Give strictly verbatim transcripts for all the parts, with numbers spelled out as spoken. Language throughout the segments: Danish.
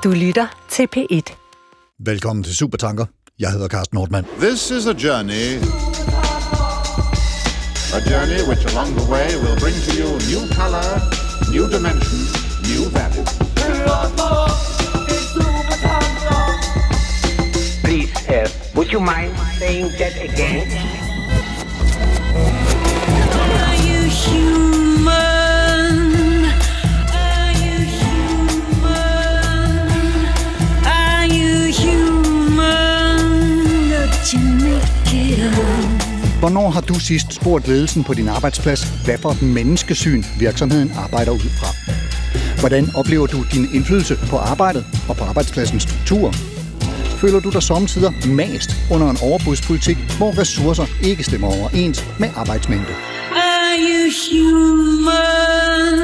Du lytter til P et. Velkommen til Supertanker. Jeg hedder Carsten Nordmann. This is a journey. A journey which along the way will bring to you new color, new dimension, new value. Please, uh, would you mind saying that again? Are you human? Are you human? Are you human? That you make it on? Hvornår har du sidst spurgt ledelsen på din arbejdsplads, hvad for et menneskesyn virksomheden arbejder ud fra? Hvordan oplever du din indflydelse på arbejdet og på arbejdspladsens struktur? Føler du dig sommetider mast under en overbudspolitik, hvor ressourcer ikke stemmer overens med arbejdsmængde? Are you human?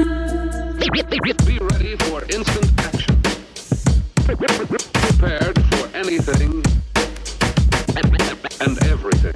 Be ready for instant action. Prepared for anything and everything.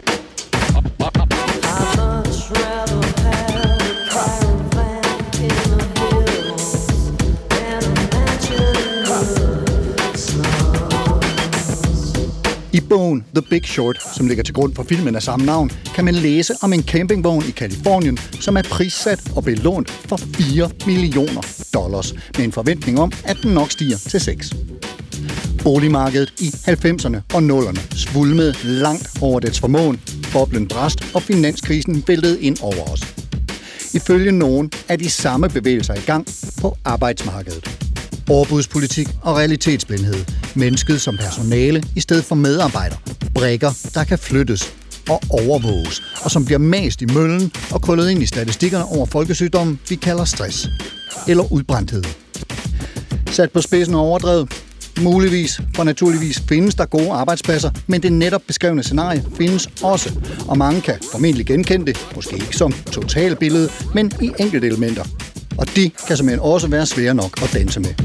I bogen The Big Short, som ligger til grund for filmen af samme navn, kan man læse om en campingvogn i Californien, som er prissat og belånt for fire millioner dollars, med en forventning om, at den nok stiger til seks. Boligmarkedet i halvfemserne og nullerne svulmede langt over dets formåen, boblen brast og finanskrisen væltede ind over os. Ifølge nogen er de samme bevægelser i gang på arbejdsmarkedet. Overbudspolitik og realitetsblindhed. Mennesket som personale i stedet for medarbejder. Brikker, der kan flyttes og overvåges, og som bliver mast i møllen og krøllet ind i statistikkerne over folkesygdommen, vi kalder stress eller udbrændthed. Sat på spidsen og overdrevet. Muligvis, for naturligvis findes der gode arbejdspladser, men det netop beskrevne scenarie findes også, og mange kan formentlig genkende det, måske ikke som totalbillede, men i enkelte elementer. Og de kan simpelthen også være svære nok at danse med.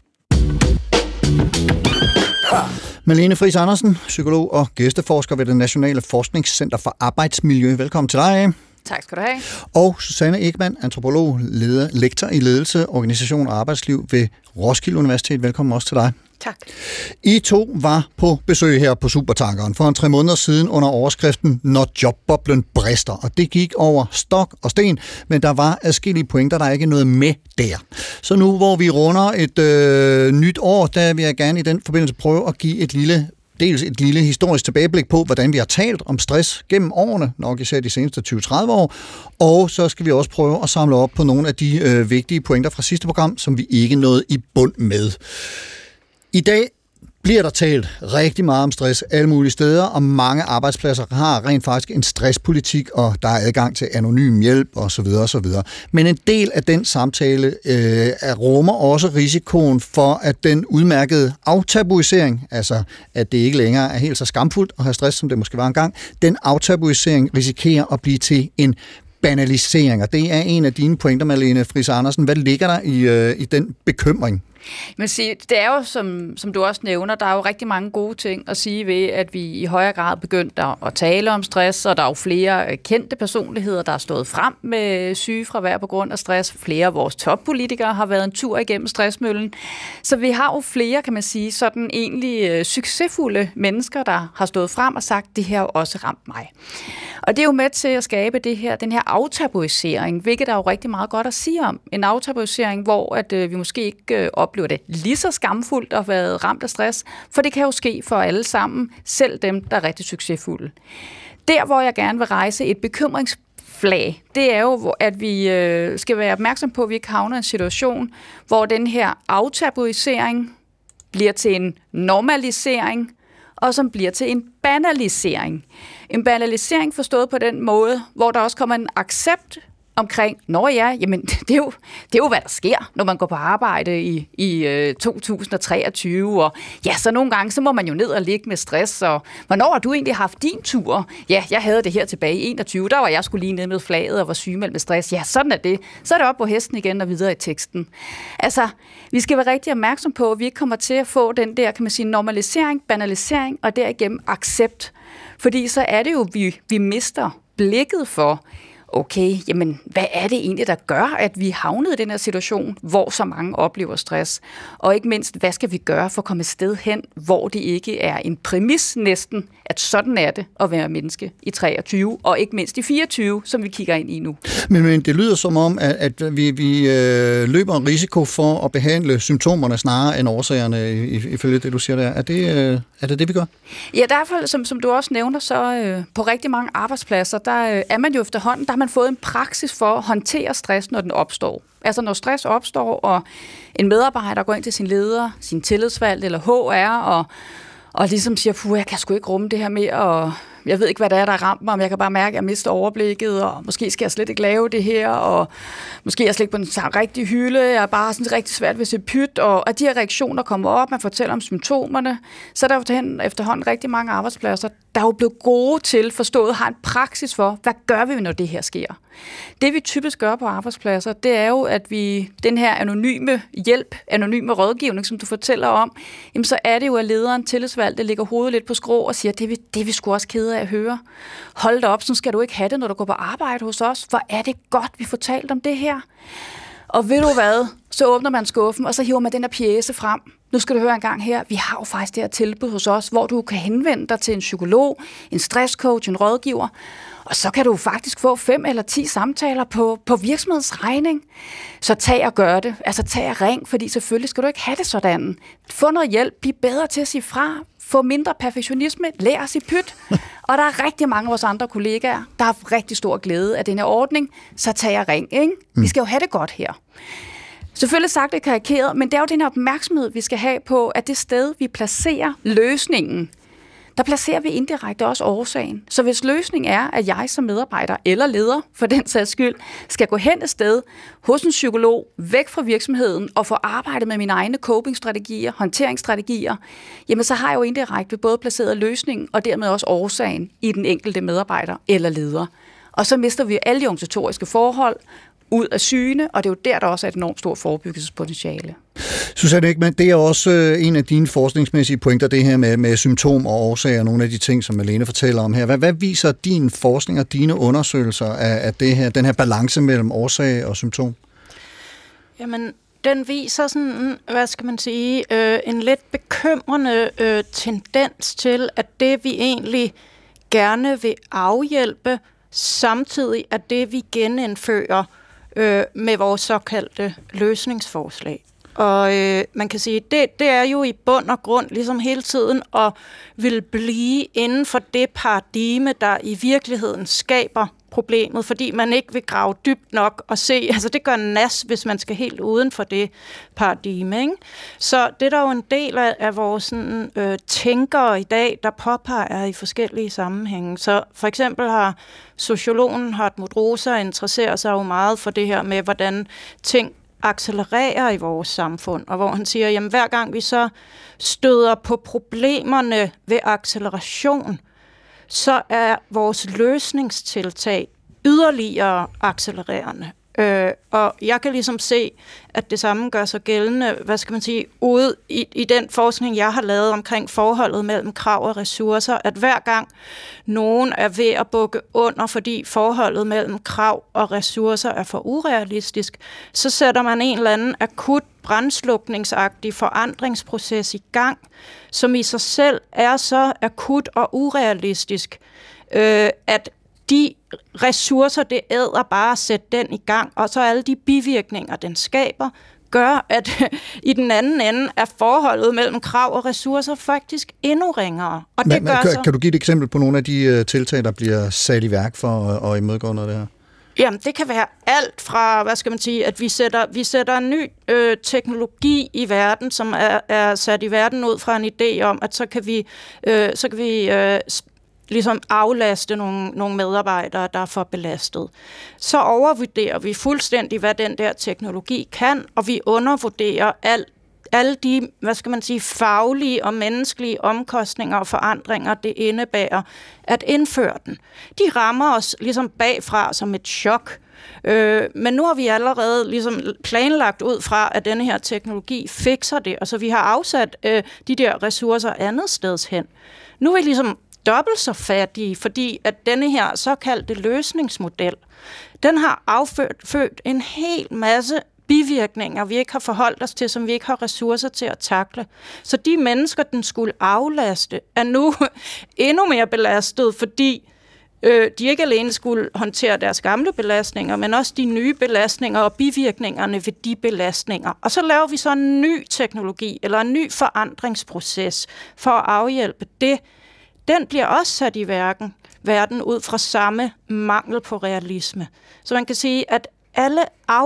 Malene Friis Andersen, psykolog og gæsteforsker ved det Nationale Forskningscenter for Arbejdsmiljø. Velkommen til dig. Tak skal du have. Og Susanne Ekman, antropolog, leder, lektor i ledelse, organisation og arbejdsliv ved Roskilde Universitet. Velkommen også til dig. Tak. I to var på besøg her på Supertankeren for en tre måneder siden under overskriften Når jobboblen brister. Og det gik over stok og sten, men der var adskillige pointer, der er ikke noget med der. Så nu hvor vi runder et øh, nyt år, der vil jeg gerne i den forbindelse prøve at give et lille dels et lille historisk tilbageblik på, hvordan vi har talt om stress gennem årene, nok især de seneste tyve til tredive år, og så skal vi også prøve at samle op på nogle af de øh, vigtige pointer fra sidste program, som vi ikke nåede i bund med. I dag bliver der talt rigtig meget om stress alle mulige steder, og mange arbejdspladser har rent faktisk en stresspolitik, og der er adgang til anonym hjælp osv. osv. Men en del af den samtale øh, rummer også risikoen for, at den udmærkede aftabuisering, altså at det ikke længere er helt så skamfuldt at have stress, som det måske var engang, den aftabuisering risikerer at blive til en banalisering, og det er en af dine pointer, Malene Friis Andersen. Hvad ligger der i, øh, i den bekymring? Men sige, det er jo, som, som du også nævner, der er jo rigtig mange gode ting at sige ved, at vi i højere grad begyndt at, at tale om stress, og der er jo flere kendte personligheder, der er stået frem med sygefravær på grund af stress. Flere af vores toppolitikere har været en tur igennem stressmøllen. Så vi har jo flere, kan man sige, sådan egentlig succesfulde mennesker, der har stået frem og sagt, det her har jo også ramt mig. Og det er jo med til at skabe det her, den her aftabuisering, hvilket der er jo rigtig meget godt at sige om. En aftabuisering, hvor at, øh, vi måske ikke øh, oplever det lige så skamfuldt at have været ramt af stress, for det kan jo ske for alle sammen, selv dem, der er rigtig succesfulde. Der, hvor jeg gerne vil rejse et bekymringsflag, det er jo, at vi øh, skal være opmærksom på, at vi ikke havner i en situation, hvor den her aftabuisering bliver til en normalisering, og som bliver til en banalisering. En banalisering forstået på den måde, hvor der også kommer en accept omkring, nå ja, jamen det er jo, det er jo hvad der sker, når man går på arbejde i, i øh, to tusind og treogtyve, og ja, så nogle gange, så må man jo ned og ligge med stress, og hvornår har du egentlig haft din tur? Ja, jeg havde det her tilbage i enogtyve, der var jeg skulle lige ned med flaget og var sygemeldt med stress. Ja, sådan er det. Så er det op på hesten igen og videre i teksten. Altså, vi skal være rigtig opmærksom på, at vi ikke kommer til at få den der, kan man sige, normalisering, banalisering, og derigennem accept. Fordi så er det jo, vi, vi mister blikket for, okay, jamen, hvad er det egentlig, der gør, at vi havnede i den her situation, hvor så mange oplever stress? Og ikke mindst, hvad skal vi gøre for at komme et sted hen, hvor det ikke er en præmis næsten, at sådan er det at være menneske i treogtyve, og ikke mindst i fireogtyve, som vi kigger ind i nu. Men, men det lyder som om, at, at vi, vi øh, løber en risiko for at behandle symptomerne snarere end årsagerne, ifølge det, du siger der. Er det, øh, er det det, vi gør? Ja, derfor, som, som du også nævner, så øh, på rigtig mange arbejdspladser, der øh, er man jo efterhånden, der har man fået en praksis for at håndtere stress, når den opstår. Altså når stress opstår, og en medarbejder går ind til sin leder, sin tillidsvalgte eller H R, og, og ligesom siger, puh, jeg kan sgu ikke rumme det her mere, og jeg ved ikke, hvad det er, der har ramt mig, men jeg kan bare mærke, at jeg mister overblikket, og måske skal jeg slet ikke lave det her, og måske er jeg slet ikke på den rigtige hylde, jeg er bare sådan rigtig svært ved at se pyt, og at de her reaktioner kommer op, man fortæller om symptomerne, så er der jo efterhånden rigtig mange arbejdspladser, der er jo blevet gode til, forstået, har en praksis for, hvad gør vi, når det her sker. Det vi typisk gør på arbejdspladser, det er jo, at vi, den her anonyme hjælp, anonyme rådgivning, som du fortæller om, jamen så er det jo, at lederen, tillidsvalgte, lægger hovedet lidt på skrå og siger, det er vi, det er vi sgu også kede af at høre. Hold da op, så skal du ikke have det, når du går på arbejde hos os. Hvor er det godt, vi får talt om det her. Og ved du hvad, så åbner man skuffen, og så hiver man den her pjece frem. Nu skal du høre en gang her, vi har jo faktisk det her tilbud hos os, hvor du kan henvende dig til en psykolog, en stresscoach, en rådgiver, og så kan du faktisk få fem eller ti samtaler på, på virksomhedsregning. Så tag og gør det. Altså tag og ring, fordi selvfølgelig skal du ikke have det sådan. Få noget hjælp, bliv bedre til at sige fra, få mindre perfektionisme, lær at sige pyt. Og der er rigtig mange af vores andre kollegaer, der har rigtig stor glæde af den her ordning, så tag og ring, ikke? Vi skal jo have det godt her. Selvfølgelig sagt det karikeret, men det er jo den her opmærksomhed, vi skal have på, at det sted, vi placerer løsningen, der placerer vi indirekte også årsagen. Så hvis løsningen er, at jeg som medarbejder eller leder, for den sags skyld, skal gå hen et sted hos en psykolog, væk fra virksomheden og få arbejdet med mine egne copingstrategier, håndteringsstrategier, jamen så har jeg jo indirekte både placeret løsningen og dermed også årsagen i den enkelte medarbejder eller leder. Og så mister vi alle de organisatoriske forhold ud af syne, og det er jo der, der også er et enormt stort forebyggelsespotentiale. Susanne Ekman, det er også en af dine forskningsmæssige pointer, det her med, med symptom og årsager, nogle af de ting, som Malene fortæller om her. Hvad, hvad viser din forskning og dine undersøgelser af, af det her, den her balance mellem årsag og symptom? Jamen, den viser sådan, hvad skal man sige, øh, en lidt bekymrende øh, tendens til, at det vi egentlig gerne vil afhjælpe, samtidig at det vi genindfører øh, med vores såkaldte løsningsforslag. Og øh, man kan sige, det, det er jo i bund og grund ligesom hele tiden at vil blive inden for det paradigme, der i virkeligheden skaber problemet, fordi man ikke vil grave dybt nok og se, altså det gør nas, hvis man skal helt uden for det paradigme, ikke? Så det er der jo en del af, af vores sådan, øh, tænkere i dag, der påpeger i forskellige sammenhænge. Så for eksempel har sociologen Hartmut Rosa interesseret sig jo meget for det her med, hvordan ting accelererer i vores samfund, og hvor han siger, jamen hver gang vi så støder på problemerne ved acceleration, så er vores løsningstiltag yderligere accelererende. Øh, og jeg kan ligesom se, at det samme gør sig gældende, hvad skal man sige, ude i, i den forskning, jeg har lavet omkring forholdet mellem krav og ressourcer, at hver gang nogen er ved at bukke under, fordi forholdet mellem krav og ressourcer er for urealistisk, så sætter man en eller anden akut brandslukningsagtig forandringsproces i gang, som i sig selv er så akut og urealistisk, øh, at de ressourcer, det æder bare at sætte den i gang, og så alle de bivirkninger, den skaber, gør, at i den anden ende er forholdet mellem krav og ressourcer faktisk endnu ringere. Og det men, gør kan, så... kan du give et eksempel på nogle af de uh, tiltag, der bliver sat i værk for at, at imødegå noget af det her? Jamen, det kan være alt fra, hvad skal man sige, at vi sætter, vi sætter en ny øh, teknologi i verden, som er, er sat i verden ud fra en idé om, at så kan vi, øh, så kan vi øh, ligesom aflaste nogle, nogle medarbejdere, der er for belastet. Så overvurderer vi fuldstændig, hvad den der teknologi kan, og vi undervurderer alt, alle de, hvad skal man sige, faglige og menneskelige omkostninger og forandringer, det indebærer at indføre den. De rammer os ligesom bagfra som et chok. Øh, men nu har vi allerede ligesom planlagt ud fra, at denne her teknologi fikser det, og så vi har afsat øh, de der ressourcer andet steds hen. Nu er vi ligesom dobbelt så fattige, fordi at denne her såkaldte løsningsmodel, den har affødt en hel masse bivirkninger, vi ikke har forholdt os til, som vi ikke har ressourcer til at takle. Så de mennesker, den skulle aflaste, er nu endnu mere belastet, fordi øh, de ikke alene skulle håndtere deres gamle belastninger, men også de nye belastninger og bivirkningerne ved de belastninger. Og så laver vi så en ny teknologi, eller en ny forandringsproces for at afhjælpe det. Den bliver også sat i verden, verden ud fra samme mangel på realisme. Så man kan sige, at alle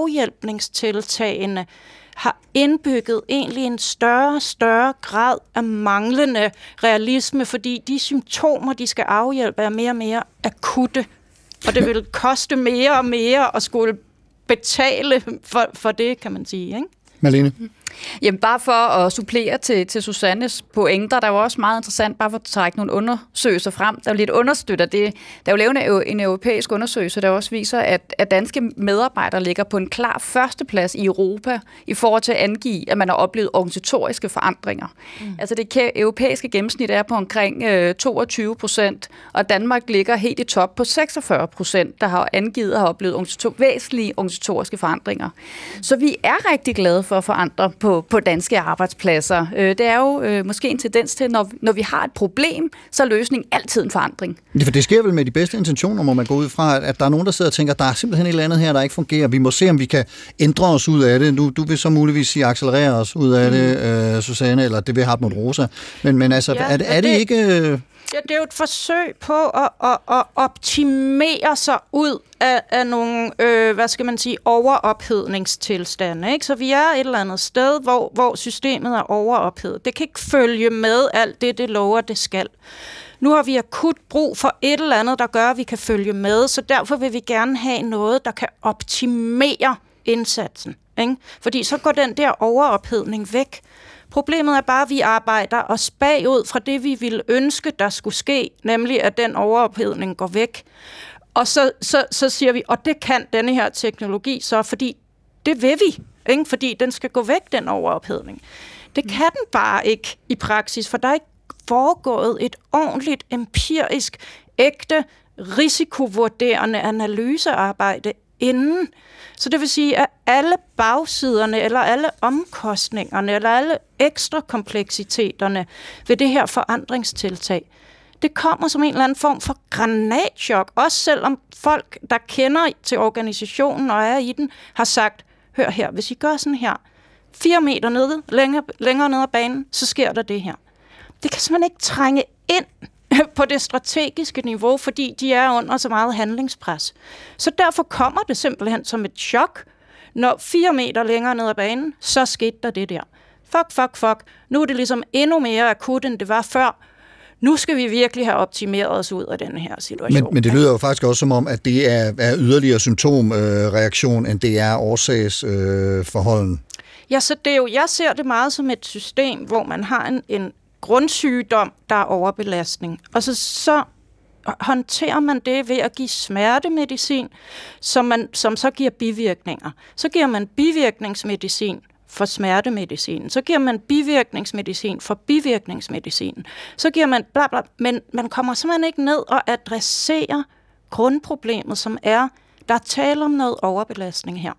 afhjælpningstiltagene har indbygget egentlig en større og større grad af manglende realisme, fordi de symptomer, de skal afhjælpe, er mere og mere akutte. Og det vil koste mere og mere at skulle betale for, for det, kan man sige, ikke? Malene? Jamen bare for at supplere til, til Susannes pointer, der er jo også meget interessant, bare for at trække nogle undersøgelser frem, der jo lidt understøtter det. Der er jo lavet en europæisk undersøgelse, der også viser, at, at danske medarbejdere ligger på en klar førsteplads i Europa i forhold til at angive, at man har oplevet organisatoriske forandringer. Mm. Altså det europæiske gennemsnit er på omkring øh, toogtyve procent, og Danmark ligger helt i top på seksogfyrre procent, der har angivet at have oplevet organisator- væsentlige organisatoriske forandringer. Mm. Så vi er rigtig glade for at forandre På, på danske arbejdspladser. Øh, det er jo øh, måske en tendens til, når, når vi har et problem, så er løsningen altid en forandring. Ja, for det sker vel med de bedste intentioner, må man gå ud fra, at der er nogen, der sidder og tænker, at der er simpelthen et eller andet her, der ikke fungerer. Vi må se, om vi kan ændre os ud af det. Nu, du vil så muligvis sige, accelerere os ud af mm. det, øh, Susanne, eller det vil Hartmut Rosa. Men, men altså, ja, er, det, er det ikke... Øh... Ja, det er jo et forsøg på at, at, at optimere sig ud af, af nogle, øh, hvad skal man sige, overophedningstilstande, ikke? Så vi er et eller andet sted, hvor, hvor systemet er overophedet. Det kan ikke følge med alt det, det lover, det skal. Nu har vi akut brug for et eller andet, der gør, at vi kan følge med, så derfor vil vi gerne have noget, der kan optimere indsatsen, ikke? Fordi så går den der overophedning væk. Problemet er bare, at vi arbejder os bagud fra det, vi ville ønske, der skulle ske, nemlig at den overophedning går væk. Og så, så, så siger vi, og det kan denne her teknologi så, fordi det vil vi, ikke? Fordi den skal gå væk, den overophedning. Det kan den bare ikke i praksis, for der er ikke foregået et ordentligt, empirisk, ægte, risikovurderende analysearbejde inden. Så det vil sige, at alle bagsiderne, eller alle omkostningerne, eller alle ekstra kompleksiteterne ved det her forandringstiltag, det kommer som en eller anden form for granatchok, også selvom folk, der kender til organisationen og er i den, har sagt, hør her, hvis I gør sådan her, fire meter nede, længere, længere ned ad banen, så sker der det her. Det kan simpelthen ikke trænge ind på det strategiske niveau, fordi de er under så meget handlingspres. Så derfor kommer det simpelthen som et chok, når fire meter længere ned ad banen, så skete der det der. Fuck, fuck, fuck. Nu er det ligesom endnu mere akut, end det var før. Nu skal vi virkelig have optimeret os ud af den her situation. Men, men det lyder jo faktisk også som om, at det er, er yderligere symptomreaktion, øh, end det er årsagsforholden. Øh, ja, så det er jo, jeg ser det meget som et system, hvor man har en, en grundsygdom, der er overbelastning. Og så, så håndterer man det ved at give smertemedicin, som, man, som så giver bivirkninger. Så giver man bivirkningsmedicin for smertemedicinen. Så giver man bivirkningsmedicin for bivirkningsmedicinen. Så giver man bla bla, men man kommer simpelthen ikke ned og adresserer grundproblemet, som er, der er tale om noget overbelastning her.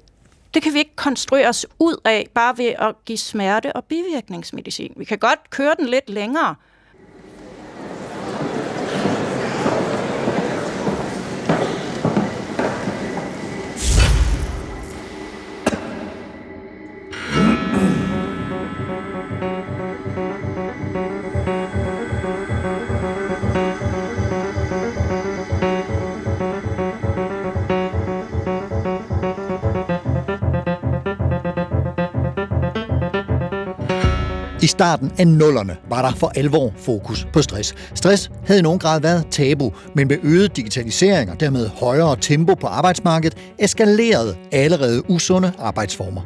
Det kan vi ikke konstruere os ud af, bare ved at give smerte- og bivirkningsmedicin. Vi kan godt køre den lidt længere. I starten af nullerne var der for alvor fokus på stress. Stress havde i nogen grad været tabu, men med øget digitalisering og dermed højere tempo på arbejdsmarkedet eskalerede allerede usunde arbejdsformer.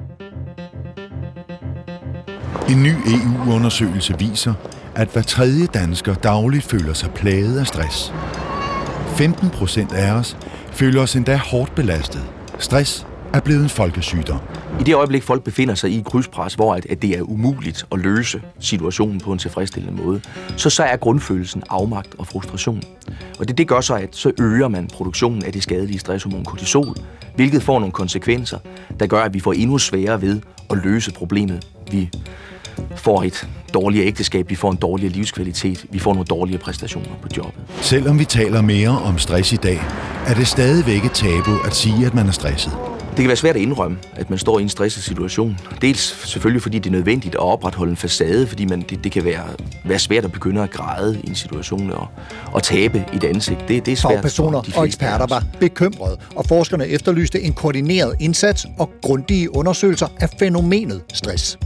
En ny E U-undersøgelse viser, at hver tredje dansker dagligt føler sig plaget af stress. femten procent af os føler os endda hårdt belastet. Stress er blevet en folkesygdom. I det øjeblik, folk befinder sig i et krydspres, hvor at, at det er umuligt at løse situationen på en tilfredsstillende måde, så, så er grundfølelsen afmagt og frustration. Og det, det gør så, at så øger man produktionen af det skadelige stresshormon kortisol, hvilket får nogle konsekvenser, der gør, at vi får endnu sværere ved at løse problemet. Vi får et dårligere ægteskab, vi får en dårligere livskvalitet, vi får nogle dårligere præstationer på jobbet. Selvom vi taler mere om stress i dag, er det stadigvæk et tabu at sige, at man er stresset. Det kan være svært at indrømme, at man står i en stresset situation. Dels selvfølgelig, fordi det er nødvendigt at opretholde en facade, fordi man, det, det kan være, være svært at begynde at græde i en situation og, og tabe et ansigt. Det, det er svært. Fagpersoner og eksperter var bekymrede, og forskerne efterlyste en koordineret indsats og grundige undersøgelser af fænomenet stress.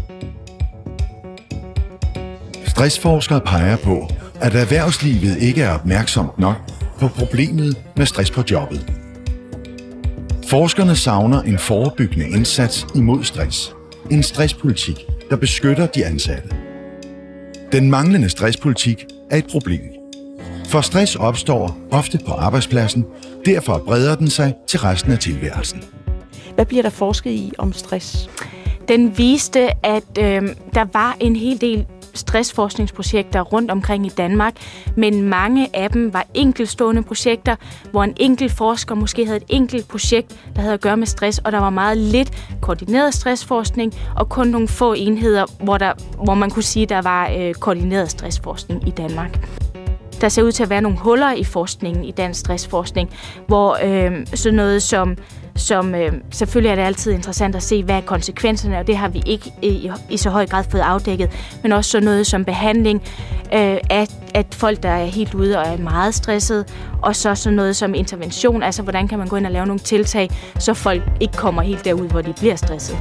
Stressforskere peger på, at erhvervslivet ikke er opmærksomt nok på problemet med stress på jobbet. Forskerne savner en forebyggende indsats imod stress. En stresspolitik, der beskytter de ansatte. Den manglende stresspolitik er et problem. For stress opstår ofte på arbejdspladsen, derfor breder den sig til resten af tilværelsen. Hvad bliver der forsket i om stress? Den viste, at øh, der var en hel del stressforskningsprojekter rundt omkring i Danmark, men mange af dem var enkeltstående projekter, hvor en enkelt forsker måske havde et enkelt projekt, der havde at gøre med stress, og der var meget lidt koordineret stressforskning, og kun nogle få enheder, hvor, der, hvor man kunne sige, der var øh, koordineret stressforskning i Danmark. Der ser ud til at være nogle huller i forskningen, i dansk stressforskning, hvor øh, sådan noget som som øh, selvfølgelig er det altid interessant at se, hvad er konsekvenserne, og det har vi ikke i, i så høj grad fået afdækket, men også sådan noget som behandling øh, af, af folk, der er helt ude og er meget stresset, og så sådan noget som intervention, altså hvordan kan man gå ind og lave nogle tiltag, så folk ikke kommer helt derud, hvor de bliver stresset.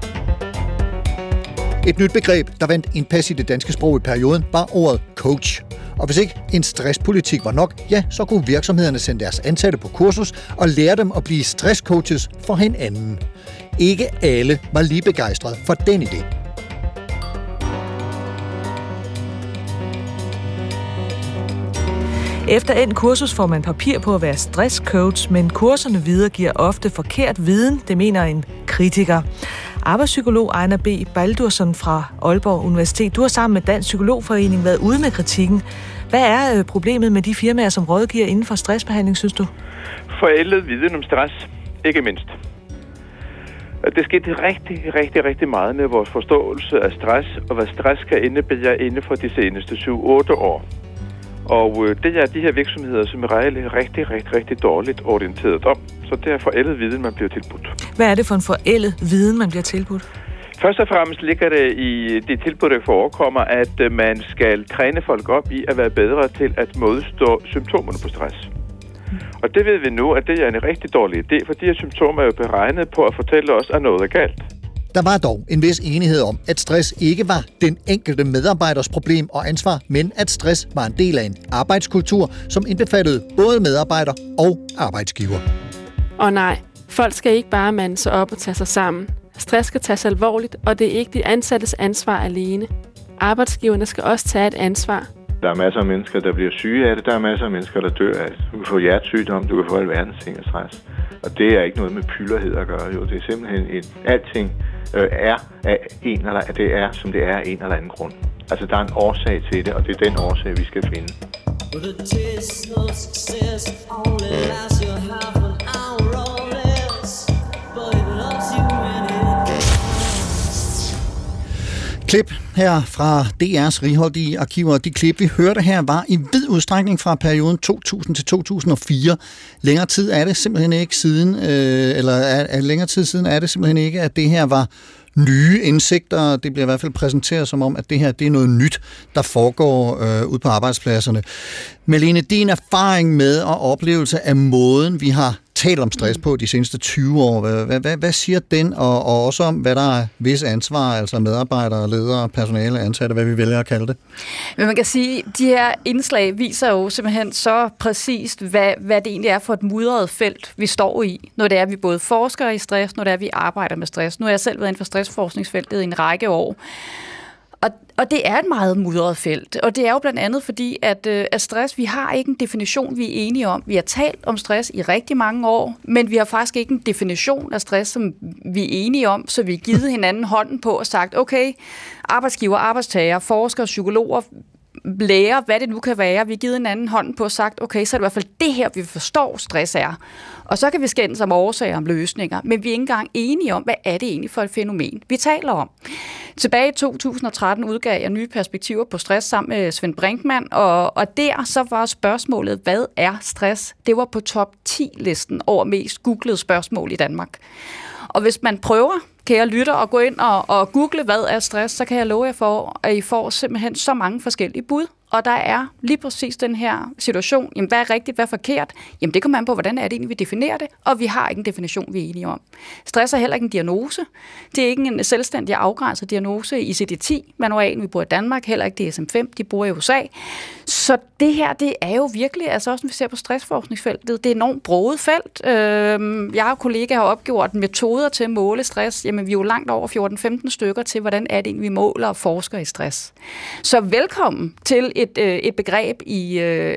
Et nyt begreb, der vandt indpas i det danske sprog i perioden, var ordet coach. Og hvis ikke en stresspolitik var nok, ja, så kunne virksomhederne sende deres ansatte på kursus og lære dem at blive stresscoaches for hinanden. Ikke alle var lige begejstrede for den idé. Efter en kursus får man papir på at være stresscoach, men kurserne videregiver ofte forkert viden, det mener en kritiker. Arbejdspsykolog Ejner B. Baldursson fra Aalborg Universitet. Du har sammen med Dansk Psykologforening været ude med kritikken. Hvad er problemet med de firmaer, som rådgiver inden for stressbehandling, synes du? Forældet viden om stress, ikke mindst. Det skete rigtig, rigtig, rigtig meget med vores forståelse af stress, og hvad stress kan indebære inden for de seneste syv otte år. Og det er de her virksomheder, som er rigtig, rigtig, rigtig dårligt orienteret om. Så det er forældet viden, man bliver tilbudt. Hvad er det for en forældet viden, man bliver tilbudt? Først og fremmest ligger det i de tilbud, der forekommer, at man skal træne folk op i at være bedre til at modstå symptomerne på stress. Og det ved vi nu, at det er en rigtig dårlig idé, for de her symptomer er jo beregnet på at fortælle os, at noget er galt. Der var dog en vis enighed om, at stress ikke var den enkelte medarbejders problem og ansvar, men at stress var en del af en arbejdskultur, som indbefattede både medarbejder og arbejdsgiver. Og nej, folk skal ikke bare mande sig op og tage sig sammen. Stress skal tages alvorligt, og det er ikke de ansattes ansvar alene. Arbejdsgiverne skal også tage et ansvar. Der er masser af mennesker, der bliver syge af det. Der er masser af mennesker, der dør af det. Du kan få hjertesygdom, du kan få alverdens ting af stress. Og det er ikke noget med pylderhed at gøre. Jo, det er simpelthen et, alting øh, er af en eller det er, som det er af en eller anden grund. Altså, der er en årsag til det, og det er den årsag, vi skal finde. Klip her fra D R's righoldige arkiver. De klip, vi hørte her, var i vid udstrækning fra perioden to tusind til to tusind og fire. Længere tid er det simpelthen ikke siden, øh, eller er, er længere tid siden er det simpelthen ikke, at det her var nye indsigter. Det bliver i hvert fald præsenteret som om, at det her det er noget nyt, der foregår øh, ud på arbejdspladserne. Malene, din erfaring med og oplevelse af måden, vi har talt om stress på de seneste tyve år, hvad, hvad, hvad, hvad siger den, og, og også om, hvad der er vis ansvar, altså medarbejdere, ledere, personale, ansatte, hvad vi vælger at kalde det? Men man kan sige, at de her indslag viser jo simpelthen så præcist, hvad, hvad det egentlig er for et mudret felt, vi står i, når det er, at vi både forsker i stress, når det er, at vi arbejder med stress. Nu har jeg selv været inden for stressforskningsfeltet i en række år. Og, og det er et meget mudret felt, og det er jo blandt andet fordi, at, øh, at stress, vi har ikke en definition, vi er enige om. Vi har talt om stress i rigtig mange år, men vi har faktisk ikke en definition af stress, som vi er enige om, så vi har givet hinanden hånden på og sagt, okay, arbejdsgiver, arbejdstager, forskere, psykologer, læger, hvad det nu kan være, vi har givet hinanden hånden på og sagt, okay, så er det i hvert fald det her, vi forstår, stress er. Og så kan vi skændes om årsager, om løsninger, men vi er ikke engang enige om, hvad er det egentlig for et fænomen, vi taler om. Tilbage i to tusind og tretten udgav jeg nye perspektiver på stress sammen med Svend Brinkmann, og, og der så var spørgsmålet, hvad er stress? Det var på top ti-listen over mest googlede spørgsmål i Danmark. Og hvis man prøver, kære lytter, at gå ind og, og google, hvad er stress, så kan jeg love jer for, at I får simpelthen så mange forskellige bud. Og der er lige præcis den her situation. Jamen, hvad er rigtigt, hvad er forkert? Jamen, det kommer an på, hvordan er det egentlig, vi definerer det, og vi har ikke en definition, vi er enige om. Stress er heller ikke en diagnose. Det er ikke en selvstændig afgrænset diagnose i I C D ti-manualen, vi bruger i Danmark, heller ikke D S M fem, de bruger i U S A. Så det her, det er jo virkelig, altså også når vi ser på stressforskningsfeltet, det er enormt broget felt. Jeg og kollegaer har opgjort metoder til at måle stress. Jamen, vi er jo langt over fjorten femten stykker til, hvordan er det egentlig, vi måler og forsker i stress. Så velkommen til et, et begreb i,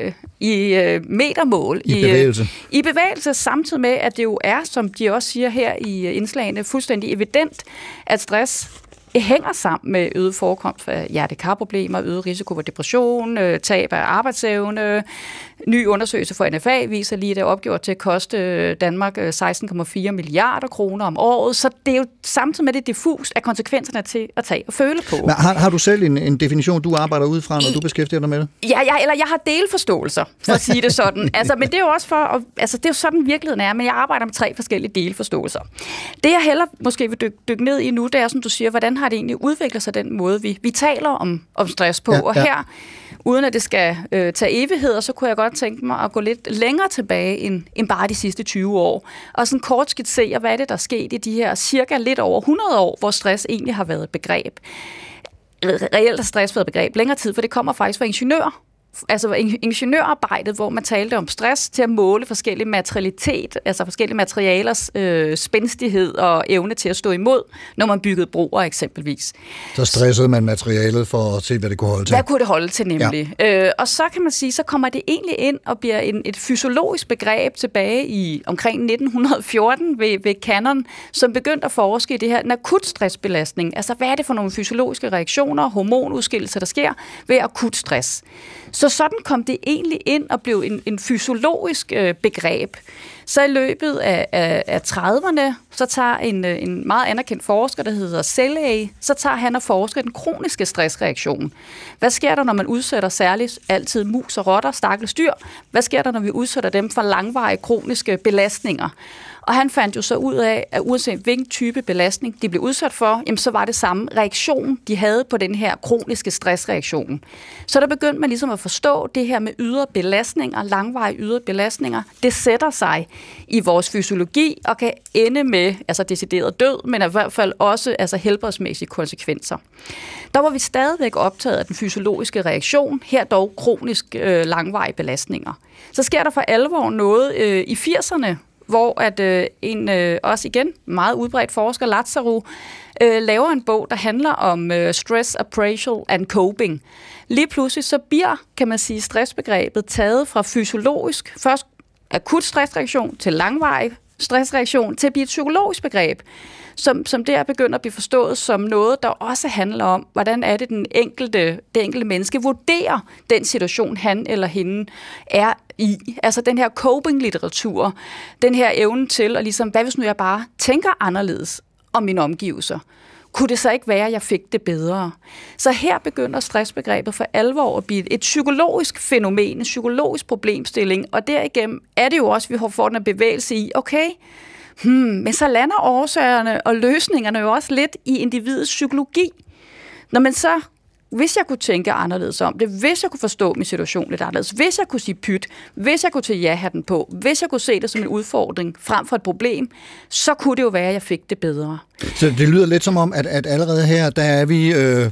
i metermål. I bevægelse. I, I bevægelse, samtidig med, at det jo er, som de også siger her i indslagene, fuldstændig evident, at stress hænger sammen med øget forekomst af hjerte-kar-problemer, øget risiko for depression, tab af arbejdsevne. Ny undersøgelse for N F A viser lige, at det er opgjort til at koste Danmark seksten komma fire milliarder kroner om året, så det er jo samtidig med det diffust af konsekvenserne til at tage og føle på. Men har, har du selv en, en definition, du arbejder ud fra, når I, du beskæftiger dig med det? Ja, jeg, eller jeg har delforståelser, for at sige det sådan. Altså, men det er jo også for, at, altså det er jo sådan virkeligheden er, men jeg arbejder med tre forskellige delforståelser. Det jeg heller måske vil dykke, dykke ned i nu, det er, som du siger, hvordan har det egentlig udviklet sig den måde, vi, vi taler om, om stress på, ja, og her, ja. Uden at det skal øh, tage evigheder, så kunne jeg godt tænke mig at gå lidt længere tilbage end, end bare de sidste tyve år. Og sådan kort skitsere, hvad er det, der er sket i de her cirka lidt over hundrede år, hvor stress egentlig har været et begreb. Reelt har stress været et begreb længere tid, for det kommer faktisk fra ingeniører. Altså ingeniørarbejdet, hvor man talte om stress til at måle forskellige materialitet, altså forskellige materialers øh, spændstighed og evne til at stå imod, når man byggede broer eksempelvis. Så stressede man materialet for at se, hvad det kunne holde til. Hvad kunne det holde til nemlig? Ja. Øh, og så kan man sige, så kommer det egentlig ind og bliver en, et fysiologisk begreb tilbage i omkring nitten fjorten ved, ved Cannon, som begyndte at forske i det her en akut stressbelastning. Altså hvad er det for nogle fysiologiske reaktioner, hormonudskillelser, der sker ved akut stress? Så sådan kom det egentlig ind og blev en, en fysiologisk øh, begreb. Så i løbet af, af, af trediverne, så tager en, en meget anerkendt forsker, der hedder Sellay, så tager han og forsker den kroniske stressreaktion. Hvad sker der, når man udsætter særligt altid mus og rotter, stakkels dyr? Hvad sker der, når vi udsætter dem for langvarige kroniske belastninger? Og han fandt jo så ud af, at uanset hvilken type belastning de blev udsat for, jamen så var det samme reaktion, de havde på den her kroniske stressreaktion. Så der begyndte man ligesom at forstå det her med ydre belastninger, langvarige ydre belastninger. Det sætter sig i vores fysiologi og kan ende med altså decideret død, men i hvert fald også altså helbredsmæssige konsekvenser. Der var vi stadigvæk optaget af den fysiologiske reaktion, her dog kronisk øh, langvarige belastninger. Så sker der for alvor noget øh, i firserne, hvor at øh, en øh, også igen meget udbredt forsker, Lazaru, øh, laver en bog, der handler om øh, stress appraisal and coping. Lige pludselig så bliver, kan man sige, stressbegrebet taget fra fysiologisk, først akut stressreaktion til langvarig stressreaktion, til at blive et psykologisk begreb, som, som der begynder at blive forstået som noget, der også handler om, hvordan er det den enkelte, det enkelte menneske vurderer den situation, han eller hende er i. Altså den her coping-litteratur, den her evne til, at ligesom, hvad hvis nu jeg bare tænker anderledes om mine omgivelser? Kunne det så ikke være, at jeg fik det bedre? Så her begynder stressbegrebet for alvor at blive et psykologisk fænomen, en psykologisk problemstilling, og derigennem er det jo også, at vi får den bevægelse i, okay, hmm, men så lander årsagerne og løsningerne jo også lidt i individets psykologi. Når man så, hvis jeg kunne tænke anderledes om det, hvis jeg kunne forstå min situation lidt anderledes, hvis jeg kunne sige pyt, hvis jeg kunne tage ja-hatten på, hvis jeg kunne se det som en udfordring frem for et problem, så kunne det jo være, at jeg fik det bedre. Så det lyder lidt som om, at, at allerede her, der er vi øh,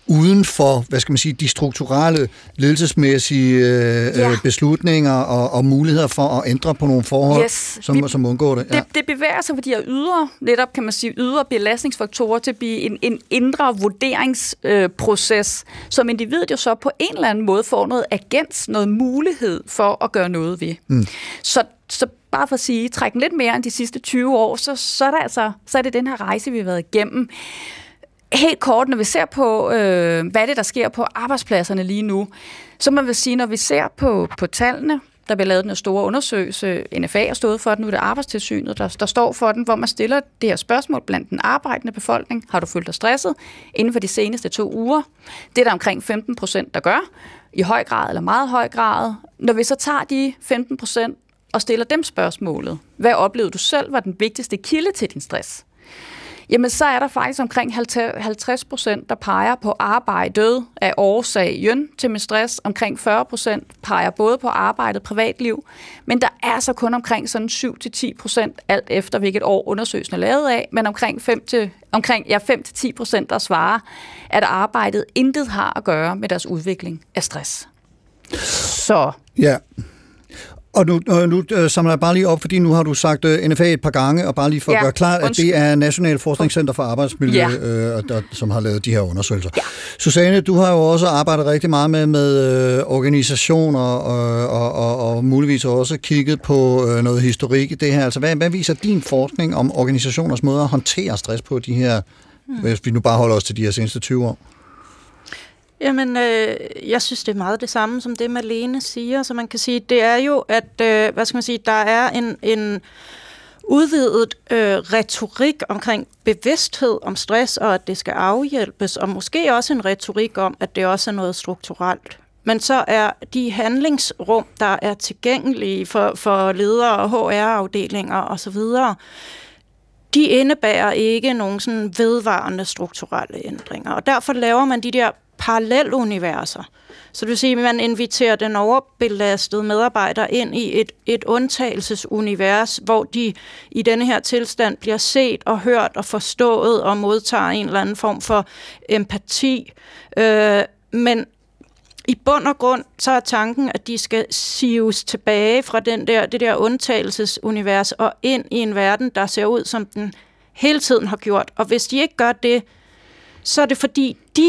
uden for, hvad skal man sige, de strukturelle, ledelsesmæssige øh, Ja. beslutninger og, og muligheder for at ændre på nogle forhold, Yes. som, Vi- som undgår det. Ja. Det, det bevæger sig på de her ydre, netop kan man sige, ydre belastningsfaktorer til at blive en, en indre vurderingsproces, øh, som individet jo så på en eller anden måde får noget agens, noget mulighed for at gøre noget ved. Mm. Så, så bare for at sige, træk den lidt mere end de sidste tyve år, så, så, er, der altså, så er det den her rejse, vi har været igennem. Helt kort, når vi ser på, øh, hvad det der sker på arbejdspladserne lige nu, så man vil sige, når vi ser på, på tallene, der bliver lavet den her store undersøgelse, N F A har stået for den, nu er det Arbejdstilsynet, der, der står for den, hvor man stiller det her spørgsmål blandt den arbejdende befolkning. Har du følt dig stresset inden for de seneste to uger? Det er der omkring femten procent, der gør, i høj grad eller meget høj grad. Når vi så tager de femten procent og stiller dem spørgsmålet, hvad oplevede du selv var den vigtigste kilde til din stress? Jamen, så er der faktisk omkring halvtreds procent, der peger på arbejdet af årsagen til med stress. Omkring fyrre procent peger både på arbejdet og privatliv. Men der er så kun omkring sådan syv til ti procent, alt efter hvilket år undersøgelsen er lavet af, men omkring fem til omkring ja, fem til ti procent, der svarer, at arbejdet intet har at gøre med deres udvikling af stress. Så... Ja. Og nu, nu uh, samler jeg bare lige op, fordi nu har du sagt uh, N F A et par gange, og bare lige for ja, at gøre klart, at det er National Forskningscenter for Arbejdsmiljø, ja. øh, der, som har lavet de her undersøgelser. Ja. Susanne, du har jo også arbejdet rigtig meget med, med øh, organisationer, og, og, og, og muligvis også kigget på øh, noget historik i det her. Altså, hvad, hvad viser din forskning om organisationers måde at håndtere stress på de her, hmm. hvis vi nu bare holder os til de her seneste tyve år? Jamen, øh, jeg synes, det er meget det samme, som det Malene siger. Så man kan sige, det er jo, at øh, hvad skal man sige, der er en, en udvidet øh, retorik omkring bevidsthed om stress, og at det skal afhjælpes, og måske også en retorik om, at det også er noget strukturelt. Men så er de handlingsrum, der er tilgængelige for, for ledere og H R-afdelinger osv., de indebærer ikke nogen sådan vedvarende strukturelle ændringer. Og derfor laver man de der paralleluniverser. Så det vil sige, at man inviterer den overbelastede medarbejder ind i et, et undtagelsesunivers, hvor de i denne her tilstand bliver set og hørt og forstået og modtager en eller anden form for empati. Øh, men i bund og grund, så er tanken, at de skal sives tilbage fra den der, det der undtagelsesunivers og ind i en verden, der ser ud, som den hele tiden har gjort. Og hvis de ikke gør det, så er det fordi, de